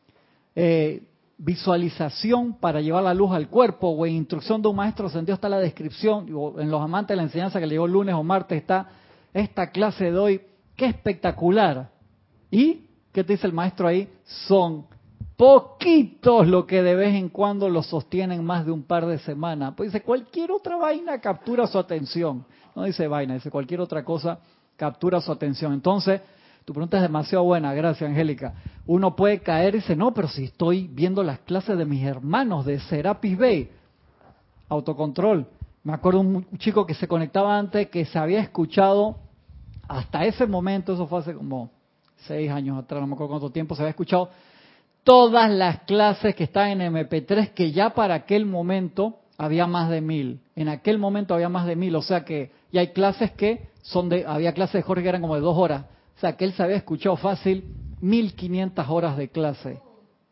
visualización para llevar la luz al cuerpo, o en Instrucción de un Maestro Ascendido está la descripción, o en Los Amantes de la Enseñanza que le llegó el lunes o martes está esta clase de hoy, qué espectacular. ¿Y qué te dice el maestro ahí? Son poquitos lo que de vez en cuando lo sostienen más de un par de semanas. Pues dice, cualquier otra vaina captura su atención. No dice vaina, dice cualquier otra cosa captura su atención. Entonces, tu pregunta es demasiado buena, gracias Angélica. Uno puede caer y dice, no, pero si estoy viendo las clases de mis hermanos de Serapis Bay. Autocontrol. Me acuerdo un chico que se conectaba antes, que se había escuchado hasta ese momento, eso fue hace como 6 años atrás, no me acuerdo cuánto tiempo, se había escuchado todas las clases que están en MP3, que ya para aquel momento había más de 1000. En aquel momento había más de 1000, o sea que ya hay clases que había clases de Jorge que eran como de 2 horas. O sea que él se había escuchado fácil 1500 horas de clase.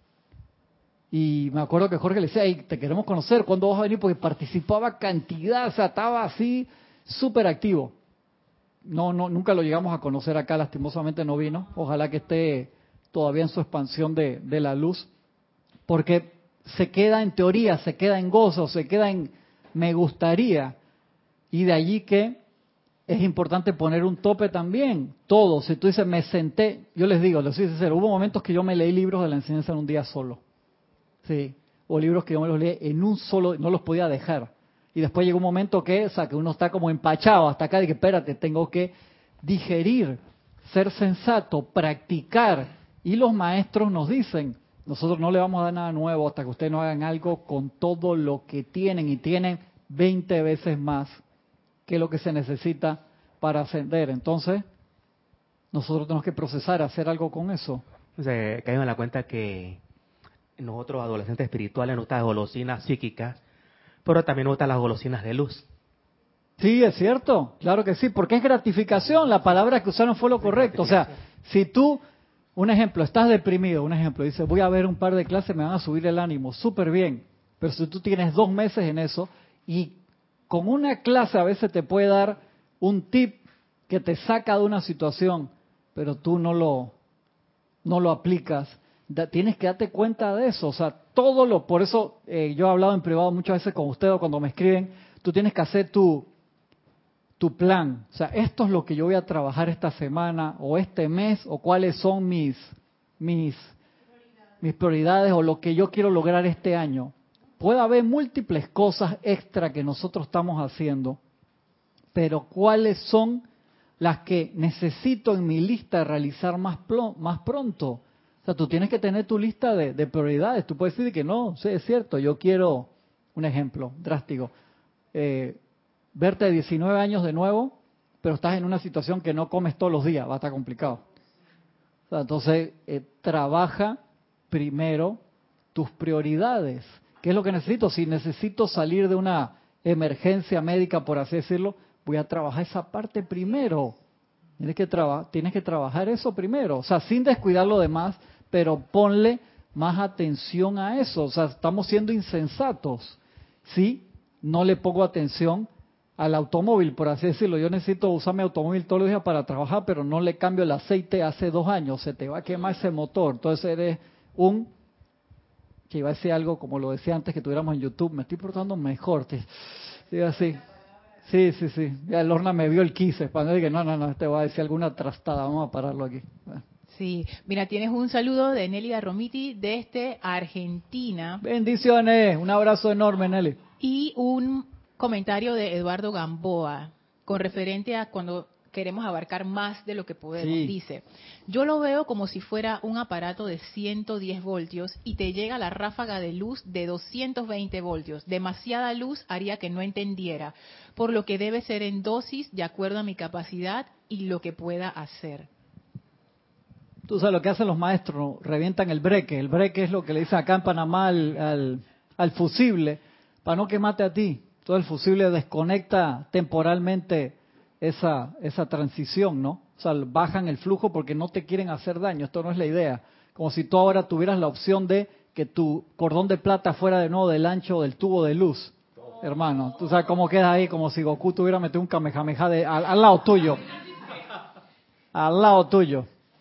Y me acuerdo que Jorge le decía, hey, te queremos conocer, ¿cuándo vas a venir? Porque participaba cantidad, o sea, estaba así súper activo. Nunca lo llegamos a conocer acá, lastimosamente no vino. Ojalá que esté todavía en su expansión de la luz, porque se queda en teoría, se queda en gozo, se queda en me gustaría, y de allí que es importante poner un tope también. Todo, si tú dices me senté, yo les digo, les soy sincero, hubo momentos que yo me leí libros de la enseñanza en un día solo, sí, o libros que yo me los leí en un solo, no los podía dejar, y después llegó un momento que, o sea, que uno está como empachado hasta acá, de que espérate, tengo que digerir ser sensato, practicar. Y los maestros nos dicen, nosotros no le vamos a dar nada nuevo hasta que ustedes no hagan algo con todo lo que tienen, y tienen 20 veces más que lo que se necesita para ascender. Entonces, nosotros tenemos que procesar, hacer algo con eso. O sea, caigo en la cuenta que nosotros, adolescentes espirituales, nos gustan las golosinas psíquicas, pero también nos gustan las golosinas de luz. Sí, es cierto, claro que sí, porque es gratificación, la palabra que usaron fue lo correcto. O sea, si tú, un ejemplo, estás deprimido, un ejemplo, dices, voy a ver un par de clases, me van a subir el ánimo, súper bien, pero si tú tienes 2 meses en eso, y con una clase a veces te puede dar un tip que te saca de una situación, pero tú no lo aplicas, tienes que darte cuenta de eso. O sea, por eso yo he hablado en privado muchas veces con ustedes, o cuando me escriben, tú tienes que hacer tu plan. O sea, esto es lo que yo voy a trabajar esta semana o este mes, o cuáles son mis prioridades, o lo que yo quiero lograr este año. Puede haber múltiples cosas extra que nosotros estamos haciendo, pero ¿cuáles son las que necesito en mi lista de realizar más pronto? O sea, tú tienes que tener tu lista de prioridades. Tú puedes decir que no, sí, es cierto, yo quiero, un ejemplo drástico, verte de 19 años de nuevo, pero estás en una situación que no comes todos los días, va a estar complicado. O sea, entonces, trabaja primero tus prioridades. ¿Qué es lo que necesito? Si necesito salir de una emergencia médica, por así decirlo, voy a trabajar esa parte primero. Tienes que trabajar eso primero. O sea, sin descuidar lo demás, pero ponle más atención a eso. O sea, estamos siendo insensatos. Sí, no le pongo atención al automóvil, por así decirlo. Yo necesito usar mi automóvil todos los días para trabajar, pero no le cambio el aceite hace 2 años. Se te va a quemar ese motor. Entonces eres que iba a decir algo como lo decía antes que tuviéramos en YouTube, me estoy portando mejor. Sí, así. Sí. Ya el Lorna me vio el 15. Cuando dije, no, este va a decir alguna trastada, vamos a pararlo aquí. Bueno. Sí, mira, tienes un saludo de Nélida Romiti desde Argentina. Bendiciones, un abrazo enorme, Nelly. Y un comentario de Eduardo Gamboa, con referente a cuando queremos abarcar más de lo que podemos. Sí. Dice, yo lo veo como si fuera un aparato de 110 voltios y te llega la ráfaga de luz de 220 voltios. Demasiada luz haría que no entendiera, por lo que debe ser en dosis de acuerdo a mi capacidad y lo que pueda hacer. Tú sabes lo que hacen los maestros, revientan el breque. El breque es lo que le dicen acá en Panamá al fusible, para no quemarte a ti. Todo el fusible desconecta temporalmente esa transición, ¿no? O sea, bajan el flujo porque no te quieren hacer daño. Esto no es la idea. Como si tú ahora tuvieras la opción de que tu cordón de plata fuera de nuevo del ancho del tubo de luz. Hermano, tú sabes cómo queda ahí, como si Goku tuviera metido un Kamehameha al lado tuyo. Al lado tuyo.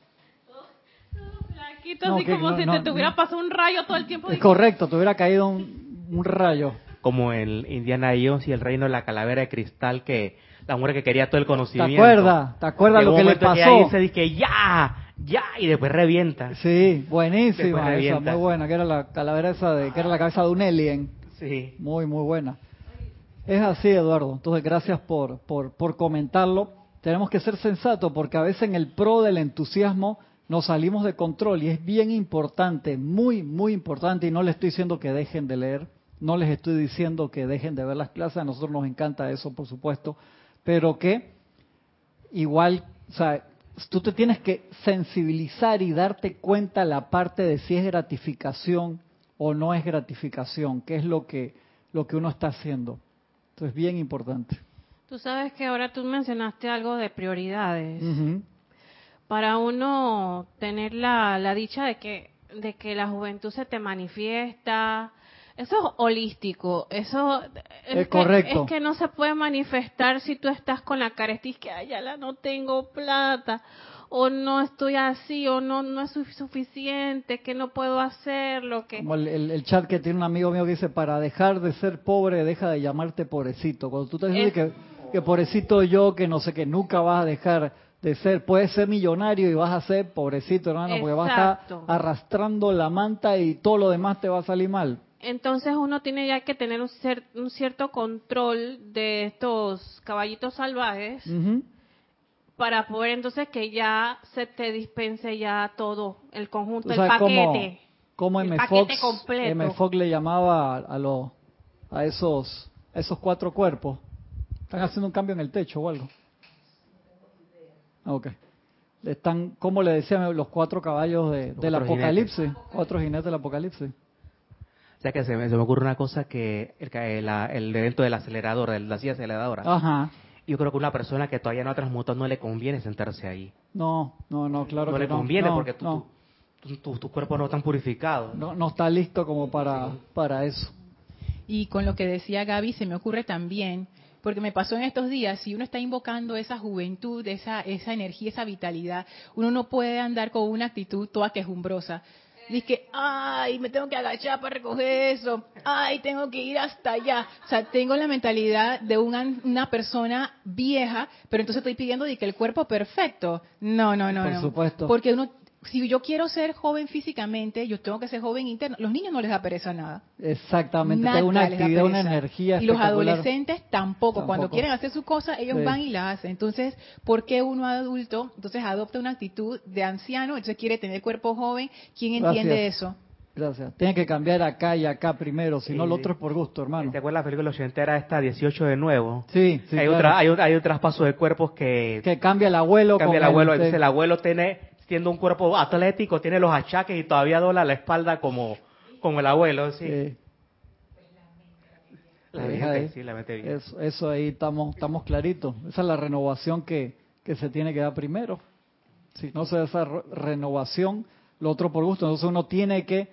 No, así como si te tuviera pasado un rayo todo el tiempo. Es correcto, te hubiera caído un rayo. Como el Indiana Jones y el reino de la calavera de cristal, que la mujer que quería todo el conocimiento. ¿Te acuerdas lo que le pasó? Que ahí se dice ya, y después revienta. Sí, buenísima esa, muy buena, que era la calavera esa que era la cabeza de un alien. Sí. Muy buena. Es así, Eduardo. Entonces, gracias por comentarlo. Tenemos que ser sensatos, porque a veces en el pro del entusiasmo nos salimos de control, y es bien importante, muy importante, y no les estoy diciendo que dejen de leer, no les estoy diciendo que dejen de ver las clases, a nosotros nos encanta eso, por supuesto, pero que igual, o sea, tú te tienes que sensibilizar y darte cuenta la parte de si es gratificación o no es gratificación, qué es lo que uno está haciendo. Entonces, bien importante. Tú sabes que ahora tú mencionaste algo de prioridades. Uh-huh. Para uno tener la dicha de que la juventud se te manifiesta, eso es holístico, eso es correcto. Es que no se puede manifestar si tú estás con la carestía que ya no tengo plata, o no estoy así, o no es suficiente, que no puedo hacerlo. Como el chat que tiene un amigo mío que dice, para dejar de ser pobre, deja de llamarte pobrecito. Cuando tú te dices que pobrecito yo, que no sé, que nunca vas a dejar de ser, puedes ser millonario y vas a ser pobrecito, hermano, porque vas a estar arrastrando la manta y todo lo demás te va a salir mal. Entonces uno tiene ya que tener un cierto control de estos caballitos salvajes, uh-huh, para poder entonces que ya se te dispense ya todo, el conjunto, el paquete. Como el paquete completo. M. Fox le llamaba a esos 4 cuerpos. ¿Están haciendo un cambio en el techo o algo? Ok. ¿Cómo le decían los 4 caballos del Apocalipsis? 4 jinetes del Apocalipsis. O sea que se me ocurre una cosa que el evento del acelerador, de la silla aceleradora. Ajá. Yo creo que una persona que todavía no ha transmutado no le conviene sentarse ahí. No, claro que no. No le conviene porque tus cuerpos no están purificados. No está listo como para eso. Y con lo que decía Gaby, se me ocurre también, porque me pasó en estos días, si uno está invocando esa juventud, esa energía, esa vitalidad, uno no puede andar con una actitud toda quejumbrosa. Dice, ay, me tengo que agachar para recoger eso, ay, tengo que ir hasta allá. O sea, tengo la mentalidad de una persona vieja, pero entonces estoy pidiendo de que el cuerpo perfecto. No. Por supuesto. Porque si yo quiero ser joven físicamente, yo tengo que ser joven interno. Los niños no les da pereza nada. Exactamente, tengo una actividad, una energía. Y los adolescentes tampoco. Cuando quieren hacer sus cosas, ellos van y las hacen. Entonces, ¿por qué uno adulto entonces adopta una actitud de anciano? Entonces quiere tener cuerpo joven. ¿Quién entiende eso? Gracias. Tiene que cambiar acá y acá primero, si no lo otro es por gusto, hermano. ¿Te acuerdas la película ochentera esta 18 de nuevo? Sí, hay un traspaso de cuerpos que cambia el abuelo. Entonces el abuelo siendo un cuerpo atlético, tiene los achaques y todavía dobla la espalda como el abuelo, sí. La mente bien. Eso ahí estamos claritos. Esa es la renovación que se tiene que dar primero. Si no se da esa renovación, lo otro por gusto. Entonces uno tiene que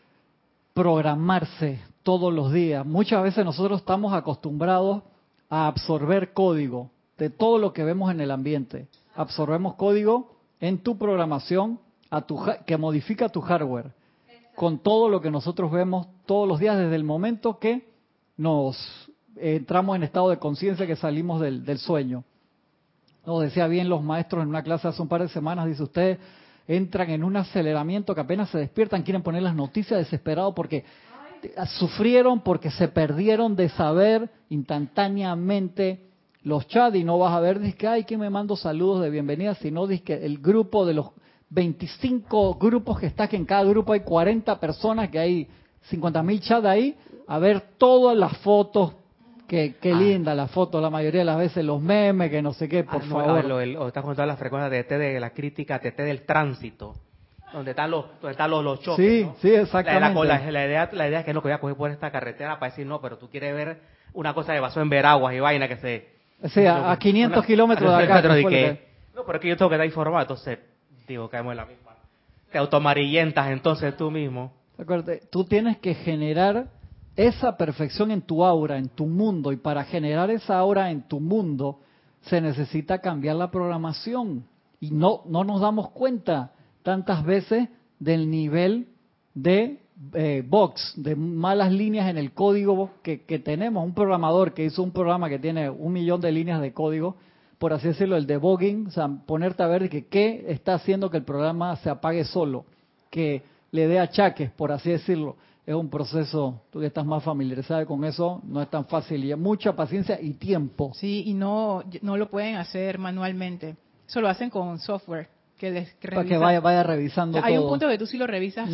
programarse todos los días. Muchas veces nosotros estamos acostumbrados a absorber código de todo lo que vemos en el ambiente. Absorbemos código en tu programación que modifica tu hardware con todo lo que nosotros vemos todos los días desde el momento que nos entramos en estado de conciencia, que salimos del sueño. Nos decía bien los maestros en una clase hace un par de semanas, dice, ustedes entran en un aceleramiento que apenas se despiertan, quieren poner las noticias desesperados porque sufrieron, porque se perdieron de saber instantáneamente los chats, y no vas a ver, dice, ay, que me mando saludos de bienvenida, sino dice que el grupo de los 25 grupos que está, que en cada grupo hay 40 personas, que hay 50.000 chats ahí, a ver todas las fotos, qué linda la foto, la mayoría de las veces los memes, que no sé qué, por favor. O estás contando las frecuencias de la crítica, del tránsito, donde están los choques. Sí, ¿no? Sí, exactamente. La idea es que no, que voy a coger por esta carretera para decir, no, pero tú quieres ver una cosa que pasó en Veraguas y vaina que se... O sea, a 500 kilómetros de acá. No, pero es que yo tengo que estar informado, entonces, digo, caemos en la misma. Te autoamarillentas entonces tú mismo. Acuérdate, tú tienes que generar esa perfección en tu aura, en tu mundo, y para generar esa aura en tu mundo se necesita cambiar la programación. Y no nos damos cuenta tantas veces del nivel de box, de malas líneas en el código que tenemos. Un programador que hizo un programa que tiene 1 millón de líneas de código, por así decirlo, el debugging, o sea, ponerte a ver qué está haciendo que el programa se apague solo, que le dé achaques, por así decirlo. Es un proceso, tú que estás más familiarizado con eso, no es tan fácil, y hay mucha paciencia y tiempo. Sí, y no lo pueden hacer manualmente, eso lo hacen con software que para que vaya revisando hay todo. Un punto que tú sí lo revisas,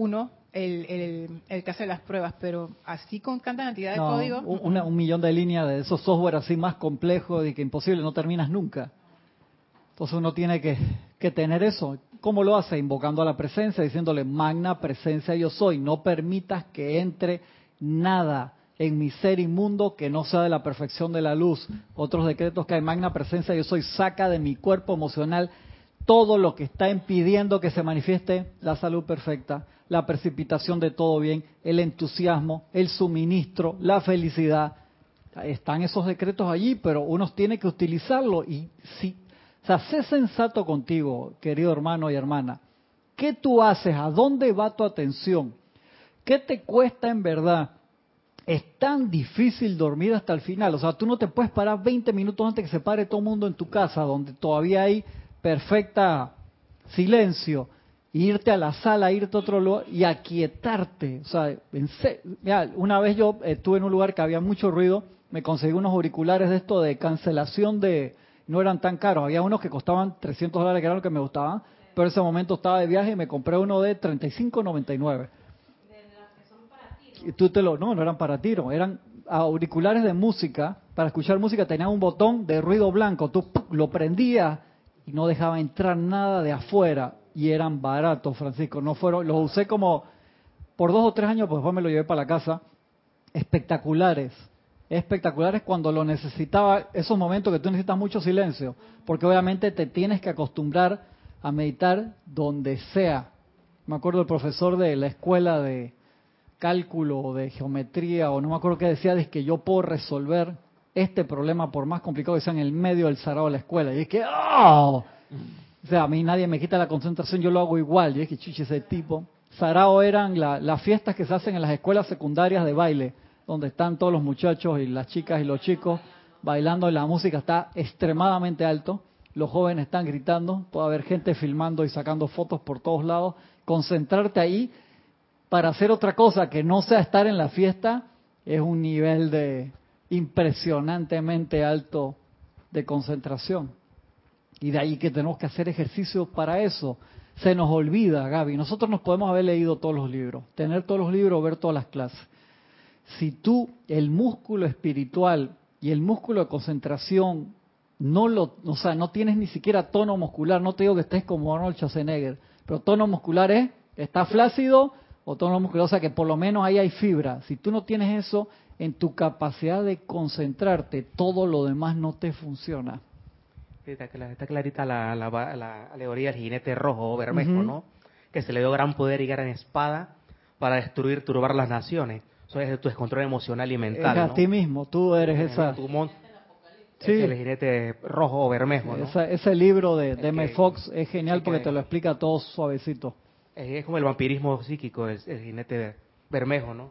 el que hace las pruebas, pero así con tanta cantidad de código. 1 millón de líneas de esos software así más complejos y que imposible, no terminas nunca. Entonces uno tiene que tener eso. ¿Cómo lo hace? Invocando a la presencia, diciéndole, magna presencia yo soy, no permitas que entre nada en mi ser inmundo que no sea de la perfección de la luz. Otros decretos que hay, magna presencia yo soy, saca de mi cuerpo emocional todo lo que está impidiendo que se manifieste la salud perfecta, la precipitación de todo bien, el entusiasmo, el suministro, la felicidad. Están esos decretos allí, pero uno tiene que utilizarlo. Y si, o sea, sé sensato contigo, querido hermano y hermana. ¿Qué tú haces? ¿A dónde va tu atención? ¿Qué te cuesta en verdad? Es tan difícil dormir hasta el final. O sea, tú no te puedes parar 20 minutos antes que se pare todo el mundo en tu casa, donde todavía hay perfecta silencio, e irte a la sala, irte a otro lugar y aquietarte. O sea, mira, una vez yo estuve en un lugar que había mucho ruido, me conseguí unos auriculares de esto de cancelación de no eran tan caros. Había unos que costaban $300, que era lo que me gustaban, pero en ese momento estaba de viaje y me compré uno de $35.99. Y no eran para tiro, eran auriculares de música, para escuchar música. Tenían un botón de ruido blanco, tú lo prendías y no dejaba entrar nada de afuera, y eran baratos, Francisco. No fueron, los usé como por 2 o 3 años, pues después me lo llevé para la casa. Espectaculares cuando lo necesitaba, esos momentos que tú necesitas mucho silencio, porque obviamente te tienes que acostumbrar a meditar donde sea. Me acuerdo del profesor de la escuela de cálculo o de geometría, o no me acuerdo qué decía, es que yo puedo resolver este problema por más complicado que sea en el medio del sarao de la escuela. Y es que, ¡oh! O sea, a mí nadie me quita la concentración, yo lo hago igual. Y es que, chuchi, ese tipo. Sarao eran las fiestas que se hacen en las escuelas secundarias de baile, donde están todos los muchachos y las chicas y los chicos bailando, y la música está extremadamente alto, los jóvenes están gritando, puede haber gente filmando y sacando fotos por todos lados. Concentrarte ahí para hacer otra cosa que no sea estar en la fiesta es un nivel de impresionantemente alto de concentración. Y de ahí que tenemos que hacer ejercicio para eso. Se nos olvida, Gaby. Nosotros nos podemos haber leído todos los libros, tener todos los libros, ver todas las clases. Si tú el músculo espiritual y el músculo de concentración no tienes ni siquiera tono muscular, no te digo que estés como Arnold Schwarzenegger, pero tono muscular está flácido, o tono muscular, o sea que por lo menos ahí hay fibra. Si tú no tienes eso en tu capacidad de concentrarte, todo lo demás no te funciona. Está clarita la alegoría del jinete rojo o bermejo, ¿no? Que se le dio gran poder y gran espada para destruir, turbar las naciones. Eso es tu descontrol emocional y mental, Es a ¿no? ti mismo, tú eres esa. Sí. Es el jinete rojo o bermejo, ¿no? Ese libro de M. Fox es genial porque te lo explica todo suavecito. Es como el vampirismo psíquico, el jinete bermejo, ¿no?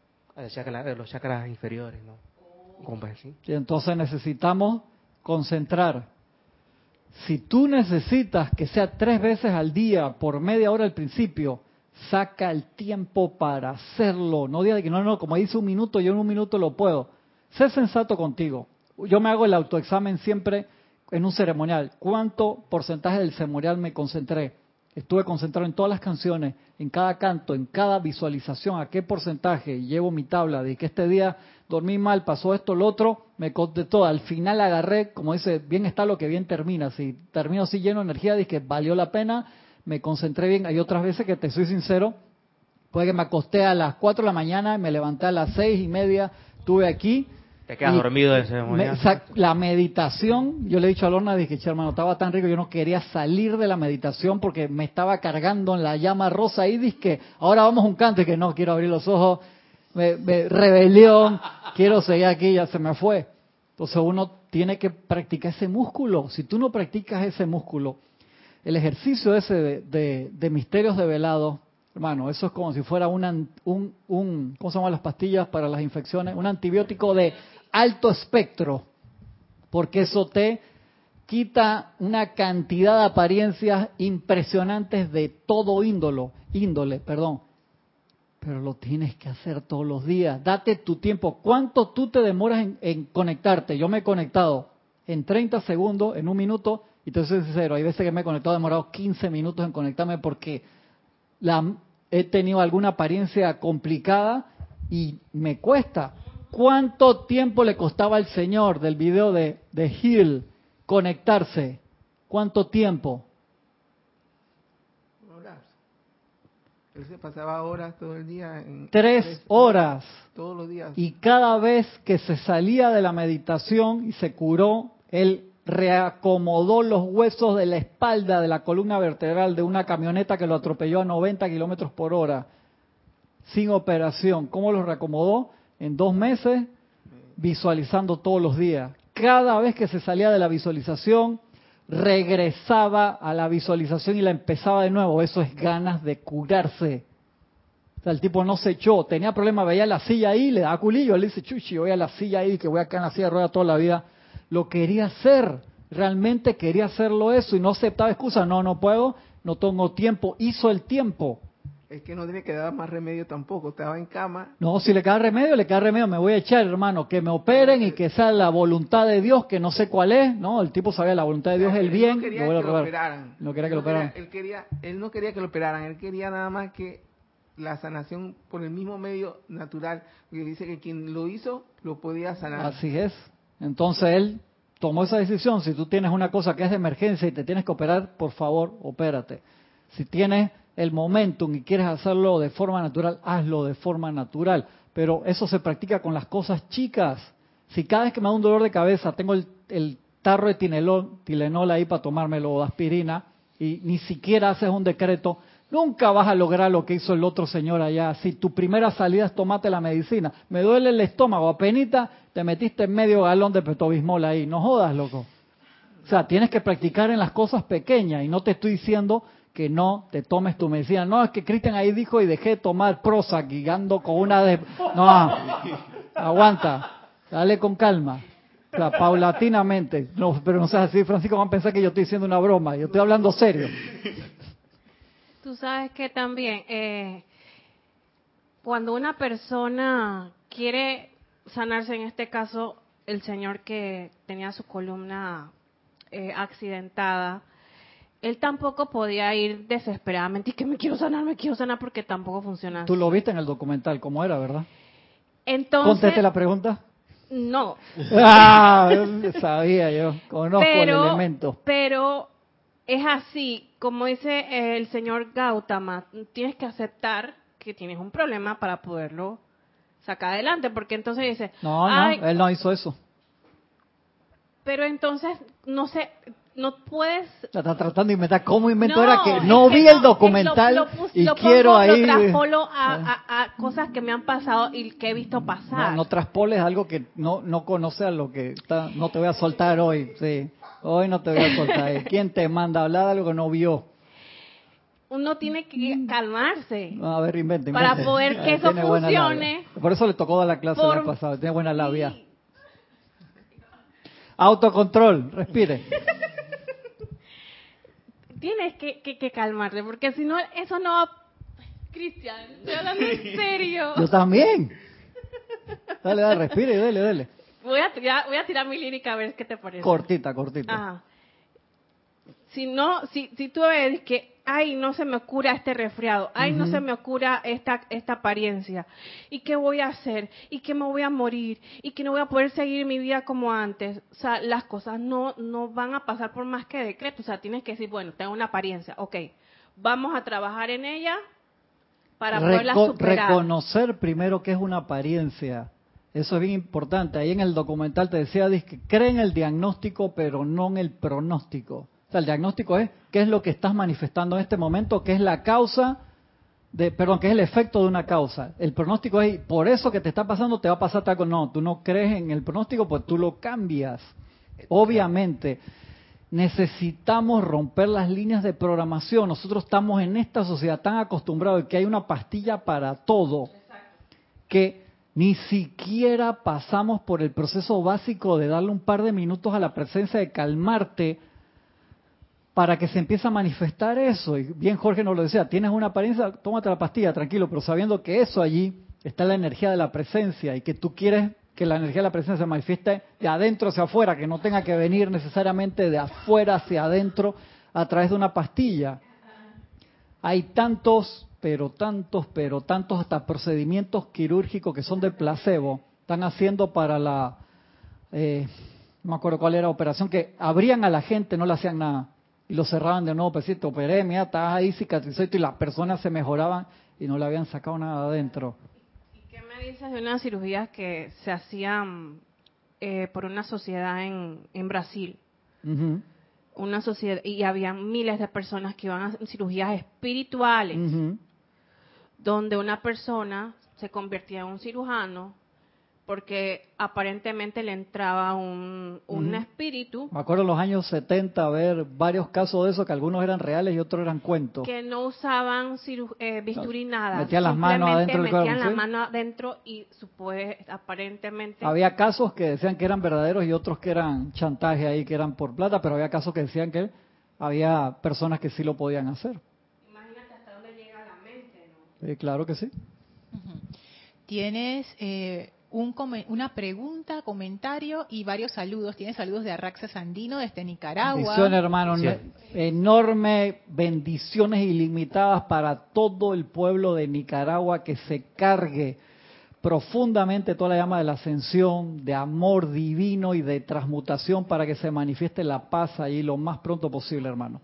Los chakras inferiores, ¿no? ¿Sí? Y entonces necesitamos concentrar. Si tú necesitas que sea 3 veces al día por media hora al principio, saca el tiempo para hacerlo. No digas que no, como dice 1 minuto, yo en 1 minuto lo puedo. Sé sensato contigo. Yo me hago el autoexamen siempre en un ceremonial. ¿Cuánto porcentaje del ceremonial me concentré? Estuve concentrado en todas las canciones, en cada canto, en cada visualización, a qué porcentaje. Llevo mi tabla de que este día dormí mal, pasó esto, lo otro, me conté todo. Al final agarré, como dice, bien está lo que bien termina. Si termino así lleno de energía, dije que valió la pena, me concentré bien. Hay otras veces que te soy sincero, puede que me acosté a las 4 de la mañana y me levanté a las 6:30, estuve aquí. Te quedas dormido de ceremonial. La meditación, yo le he dicho a Lorna, dije, hermano, estaba tan rico, yo no quería salir de la meditación porque me estaba cargando en la llama rosa y dije, ahora vamos a un canto, y que no, quiero abrir los ojos, rebelión, quiero seguir aquí, ya se me fue. Entonces uno tiene que practicar ese músculo. Si tú no practicas ese músculo, el ejercicio ese de misterios develados, hermano, eso es como si fuera ¿cómo se llaman las pastillas para las infecciones? Un antibiótico de alto espectro, porque eso te quita una cantidad de apariencias impresionantes de todo índole, pero lo tienes que hacer todos los días. Date tu tiempo. ¿Cuánto tú te demoras en conectarte? Yo me he conectado en 30 segundos, en 1 minuto, y te soy sincero, hay veces que me he conectado, he demorado 15 minutos en conectarme porque he tenido alguna apariencia complicada y me cuesta. ¿Cuánto tiempo le costaba al señor del video de Hill conectarse? ¿Cuánto tiempo? Horas. Él se pasaba horas todo el día. 3 horas. Todos los días. Y cada vez que se salía de la meditación y se curó, él reacomodó los huesos de la espalda de la columna vertebral de una camioneta que lo atropelló a 90 kilómetros por hora, sin operación. ¿Cómo los reacomodó? En 2 meses, visualizando todos los días. Cada vez que se salía de la visualización, regresaba a la visualización y la empezaba de nuevo. Eso es ganas de curarse. O sea, el tipo no se echó, tenía problemas, veía la silla ahí, le daba culillo, él dice, chuchi, voy a la silla ahí, que voy acá en la silla de ruedas toda la vida. Lo quería hacer, realmente quería hacerlo eso y no aceptaba excusas. No puedo, no tengo tiempo. Hizo el tiempo Es que no tiene que dar más remedio tampoco, estaba en cama. No, si le queda remedio, me voy a echar, hermano, que me operen y que sea la voluntad de Dios, que no sé cuál es, ¿no? El tipo sabía la voluntad de Dios es el bien, no quería lo voy a que lo robar. operaran. No quería que lo operaran. Él no quería que lo operaran, él quería nada más que la sanación por el mismo medio natural, porque dice que quien lo hizo lo podía sanar. Así es. Entonces él tomó esa decisión. Si tú tienes una cosa que es de emergencia y te tienes que operar, por favor, opérate. Si tienes el momentum y quieres hacerlo de forma natural, hazlo de forma natural. Pero eso se practica con las cosas chicas. Si cada vez que me da un dolor de cabeza tengo el tarro de Tilenol ahí para tomármelo, o de aspirina, y ni siquiera haces un decreto, nunca vas a lograr lo que hizo el otro señor allá. Si tu primera salida es tomate la medicina, me duele el estómago, apenita te metiste medio galón de Pepto-Bismol ahí. No jodas, loco. O sea, tienes que practicar en las cosas pequeñas, y no te estoy diciendo que no te tomes tu medicina. No, es que Cristian ahí dijo y dejé de tomar Prozac y ando con una de... No, aguanta, dale con calma. O sea, paulatinamente. No, pero no seas así, Francisco, van a pensar que yo estoy diciendo una broma. Yo estoy hablando serio. Tú sabes que también, cuando una persona quiere sanarse, en este caso, el señor que tenía su columna accidentada, él tampoco podía ir desesperadamente y que me quiero sanar, porque tampoco funciona así. Tú lo viste en el documental, ¿cómo era, verdad? Entonces, Conteste la pregunta. no. Ah, sabía yo, conozco el elemento. Pero es así, como dice el señor Gautama, tienes que aceptar que tienes un problema para poderlo sacar adelante, porque entonces dice... No, él no hizo eso. Pero entonces, no sé, no puedes... Está tratando de inventar. ¿Cómo inventó? No, Era que es no que vi el documental y quiero ahí... Lo traspolo a cosas que me han pasado y que he visto pasar. No traspoles algo que no conoce a lo que está... No te voy a soltar hoy, sí. Hoy no te voy a soltar. ¿Quién te manda a hablar de algo que no vio? Uno tiene que calmarse. A ver, invente. Para poder que eso funcione. Por eso le tocó dar la clase el año pasado. Tiene buena labia. Sí. Autocontrol, respire. Tienes que calmarte, porque si no, eso no va... Cristian, estoy hablando en serio. Yo también. Dale, respire, dale. Voy a tirar mi lírica a ver qué te parece. Cortita. Ajá. Si tú ves que, ay, no se me cura este resfriado, ay, no se me cura esta apariencia, ¿y qué voy a hacer? ¿Y que me voy a morir? ¿Y que no voy a poder seguir mi vida como antes? O sea, las cosas no van a pasar por más que decreto. O sea, tienes que decir, bueno, tengo una apariencia, ok, vamos a trabajar en ella para poderla superar. Reconocer primero que es una apariencia. Eso es bien importante. Ahí en el documental te decía, que cree en el diagnóstico, pero no en el pronóstico. O sea, el diagnóstico es qué es lo que estás manifestando en este momento, qué es la causa, qué es el efecto de una causa. El pronóstico es, por eso que te está pasando, te va a pasar tal cosa. No, tú no crees en el pronóstico, pues tú lo cambias. Obviamente, necesitamos romper las líneas de programación. Nosotros estamos en esta sociedad tan acostumbrados que hay una pastilla para todo, que ni siquiera pasamos por el proceso básico de darle un par de minutos a la presencia, de calmarte, para que se empiece a manifestar eso. Y bien Jorge nos lo decía, tienes una apariencia, tómate la pastilla, tranquilo, pero sabiendo que eso allí está la energía de la presencia y que tú quieres que la energía de la presencia se manifieste de adentro hacia afuera, que no tenga que venir necesariamente de afuera hacia adentro a través de una pastilla. Hay tantos hasta procedimientos quirúrgicos que son de placebo, están haciendo para la, no me acuerdo cuál era la operación, que abrían a la gente, no le hacían nada. Y lo cerraban de nuevo, pues sí, te operé, mira, estabas ahí cicatrizado, y las personas se mejoraban y no le habían sacado nada adentro. ¿Y qué me dices de unas cirugías que se hacían por una sociedad en Brasil? Una sociedad, y había miles de personas que iban a hacer cirugías espirituales, donde una persona se convertía en un cirujano, porque aparentemente le entraba un espíritu. Me acuerdo en los años 70 ver varios casos de eso, que algunos eran reales y otros eran cuentos. Que no usaban bisturí nada. Metían las manos adentro del cuerpo. Metían la mano adentro y aparentemente... Había casos que decían que eran verdaderos y otros que eran chantaje ahí, que eran por plata, pero había casos que decían que había personas que sí lo podían hacer. Imagínate hasta dónde llega la mente, ¿no? Claro que sí. Tienes una pregunta, comentario y varios saludos. Tienes saludos de Arraxa Sandino desde Nicaragua. Bendiciones, hermano. Sí. Enorme bendiciones ilimitadas para todo el pueblo de Nicaragua, que se cargue profundamente toda la llama de la ascensión, de amor divino y de transmutación para que se manifieste la paz ahí lo más pronto posible, hermano.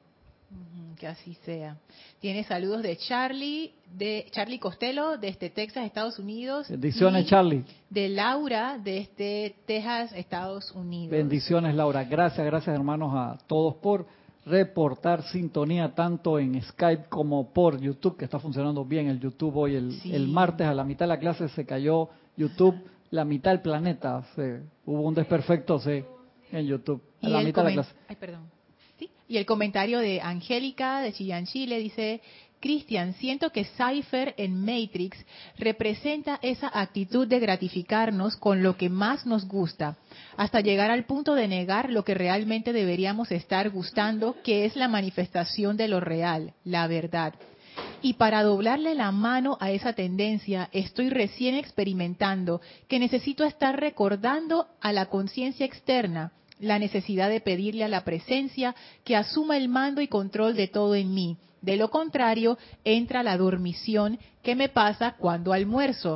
Que así sea. Tiene saludos de Charlie Costello desde Texas, Estados Unidos. Bendiciones, Charlie. De Laura desde Texas, Estados Unidos. Bendiciones, Laura. Gracias, hermanos, a todos por reportar sintonía tanto en Skype como por YouTube, que está funcionando bien el YouTube hoy. El martes a la mitad de la clase se cayó YouTube, la mitad del planeta. Hubo un desperfecto en YouTube. A la mitad de la clase. Ay, perdón. ¿Sí? Y el comentario de Angélica de Chillán, Chile, dice: Cristian, siento que Cypher en Matrix representa esa actitud de gratificarnos con lo que más nos gusta, hasta llegar al punto de negar lo que realmente deberíamos estar gustando, que es la manifestación de lo real, la verdad. Y para doblarle la mano a esa tendencia, estoy recién experimentando que necesito estar recordando a la conciencia externa la necesidad de pedirle a la presencia que asuma el mando y control de todo en mí. De lo contrario, entra la dormición que me pasa cuando almuerzo.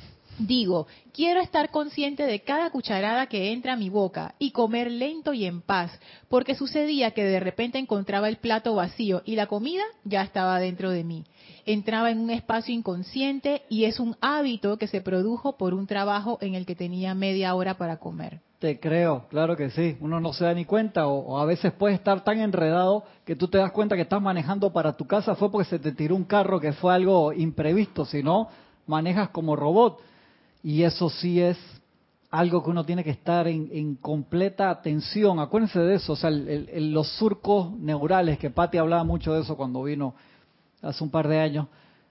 Digo, quiero estar consciente de cada cucharada que entra a mi boca y comer lento y en paz, porque sucedía que de repente encontraba el plato vacío y la comida ya estaba dentro de mí. Entraba en un espacio inconsciente y es un hábito que se produjo por un trabajo en el que tenía media hora para comer. Te creo, claro que sí. Uno no se da ni cuenta o a veces puede estar tan enredado que tú te das cuenta que estás manejando para tu casa fue porque se te tiró un carro, que fue algo imprevisto, si no, manejas como robot. Y eso sí es algo que uno tiene que estar en completa atención. Acuérdense de eso, o sea, los surcos neurales, que Patti hablaba mucho de eso cuando vino hace un par de años.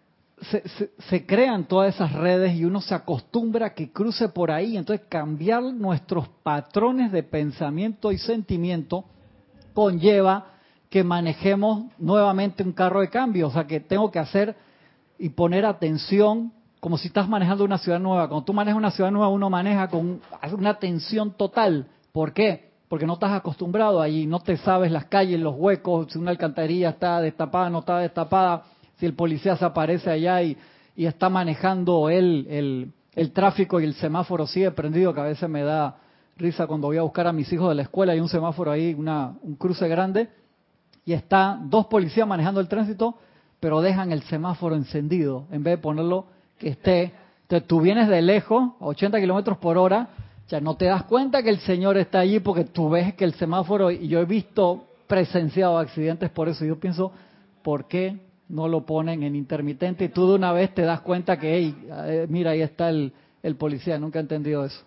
Se crean todas esas redes y uno se acostumbra a que cruce por ahí. Entonces, cambiar nuestros patrones de pensamiento y sentimiento conlleva que manejemos nuevamente un carro de cambio. O sea, que tengo que hacer y poner atención como si estás manejando una ciudad nueva. Cuando tú manejas una ciudad nueva, uno maneja con una atención total. ¿Por qué? Porque no estás acostumbrado allí, no te sabes las calles, los huecos, si una alcantarilla está destapada, no está destapada, si el policía se aparece allá y está manejando el tráfico y el semáforo sigue prendido, que a veces me da risa cuando voy a buscar a mis hijos de la escuela, hay un semáforo ahí, un cruce grande, y están dos policías manejando el tránsito, pero dejan el semáforo encendido, en vez de ponerlo que esté. Entonces tú vienes de lejos, a 80 kilómetros por hora, ya no te das cuenta que el señor está allí porque tú ves que el semáforo, y yo he presenciado accidentes por eso, y yo pienso, ¿por qué no lo ponen en intermitente? Y tú de una vez te das cuenta que, hey, mira, ahí está el policía. Nunca he entendido eso.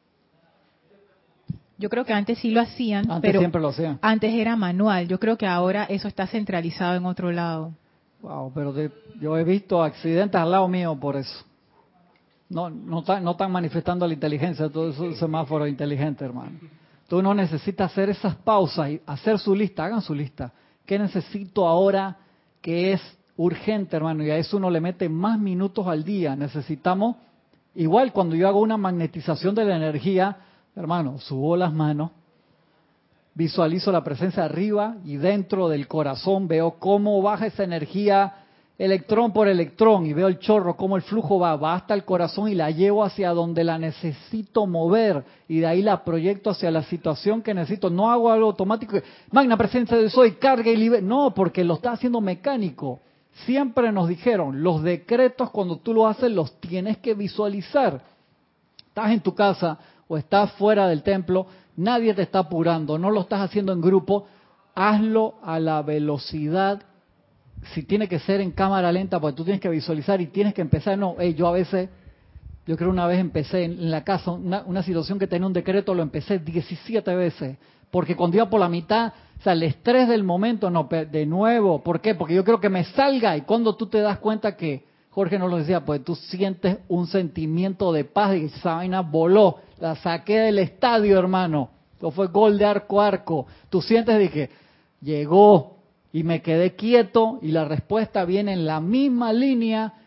Yo creo que antes sí lo hacían, Antes pero siempre lo hacían. Antes era manual. Yo creo que ahora eso está centralizado en otro lado. Wow, pero yo he visto accidentes al lado mío por eso. No están manifestando la inteligencia, todo eso es semáforo inteligente, hermano. Tú no necesitas hacer esas pausas y hacer su lista, hagan su lista. ¿Qué necesito ahora que es urgente, hermano? Y a eso uno le mete más minutos al día. Necesitamos, igual cuando yo hago una magnetización de la energía, hermano, subo las manos, visualizo la presencia arriba y dentro del corazón, veo cómo baja esa energía electrón por electrón y veo el chorro, cómo el flujo va hasta el corazón y la llevo hacia donde la necesito mover y de ahí la proyecto hacia la situación que necesito. No hago algo automático, magna presencia de soy, carga y libera. No, porque lo está haciendo mecánico. Siempre nos dijeron, los decretos cuando tú lo haces los tienes que visualizar. Estás en tu casa o estás fuera del templo, nadie te está apurando, no lo estás haciendo en grupo, hazlo a la velocidad. Si tiene que ser en cámara lenta, pues tú tienes que visualizar y tienes que empezar. No, yo creo una vez empecé en la casa una situación que tenía un decreto, lo empecé 17 veces, porque cuando iba por la mitad, o sea, el estrés del momento, no, de nuevo, ¿por qué? Porque yo creo que me salga, y cuando tú te das cuenta que, Jorge nos lo decía, pues tú sientes un sentimiento de paz y esa vaina voló, la saqué del estadio, hermano, eso fue gol de arco a arco, tú sientes de que llegó, y me quedé quieto y la respuesta viene en la misma línea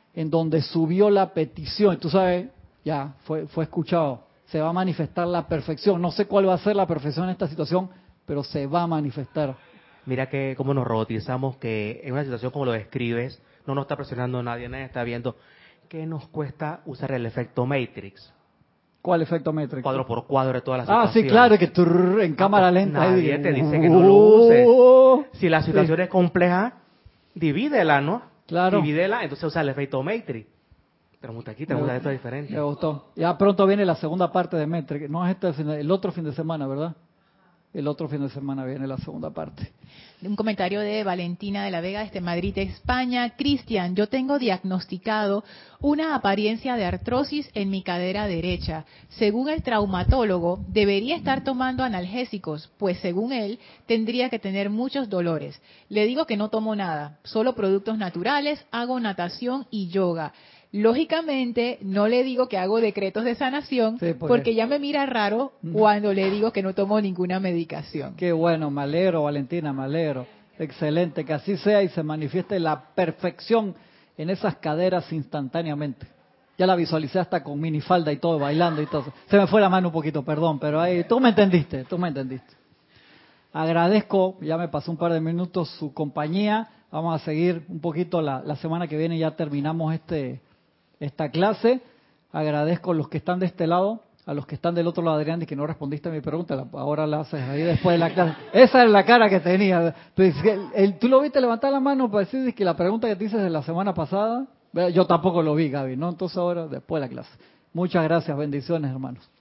en donde subió la petición. Tú sabes, ya fue escuchado. Se va a manifestar la perfección. No sé cuál va a ser la perfección en esta situación, pero se va a manifestar. Mira que cómo nos robotizamos, que en una situación como lo describes, no nos está presionando nadie está viendo. ¿Qué nos cuesta usar el efecto Matrix? ¿Cuál efecto Matrix? Cuadro por cuadro de todas las situaciones. Sí, claro, que en cámara lenta. Nadie te dice que no lo uses. Si la situación es compleja, divídela, ¿no? Claro. Divídela, entonces usa el efecto Matrix. Tenemos aquí, tenemos esto diferente. Me gustó. Ya pronto viene la segunda parte de Matrix. No es el otro fin de semana, ¿verdad? El otro fin de semana viene la segunda parte. Un comentario de Valentina de la Vega desde Madrid, España. Cristian, yo tengo diagnosticado una apariencia de artrosis en mi cadera derecha. Según el traumatólogo, debería estar tomando analgésicos, pues según él, tendría que tener muchos dolores. Le digo que no tomo nada, solo productos naturales, hago natación y yoga. Lógicamente, no le digo que hago decretos de sanación, porque ya me mira raro cuando le digo que no tomo ninguna medicación. Qué bueno, me alegro, Valentina, me alegro. Excelente, que así sea y se manifieste la perfección en esas caderas instantáneamente. Ya la visualicé hasta con minifalda y todo, bailando y todo. Se me fue la mano un poquito, perdón, pero ahí tú me entendiste. Agradezco, ya me pasó un par de minutos su compañía. Vamos a seguir un poquito la semana que viene, ya terminamos esta clase. Agradezco a los que están de este lado, a los que están del otro lado, Adrián, y que no respondiste a mi pregunta, ahora la haces ahí después de la clase. Esa es la cara que tenía. ¿Tú lo viste levantar la mano para decir que la pregunta que te hice de la semana pasada? Yo tampoco lo vi, Gaby, ¿no? Entonces ahora, después de la clase. Muchas gracias, bendiciones, hermanos.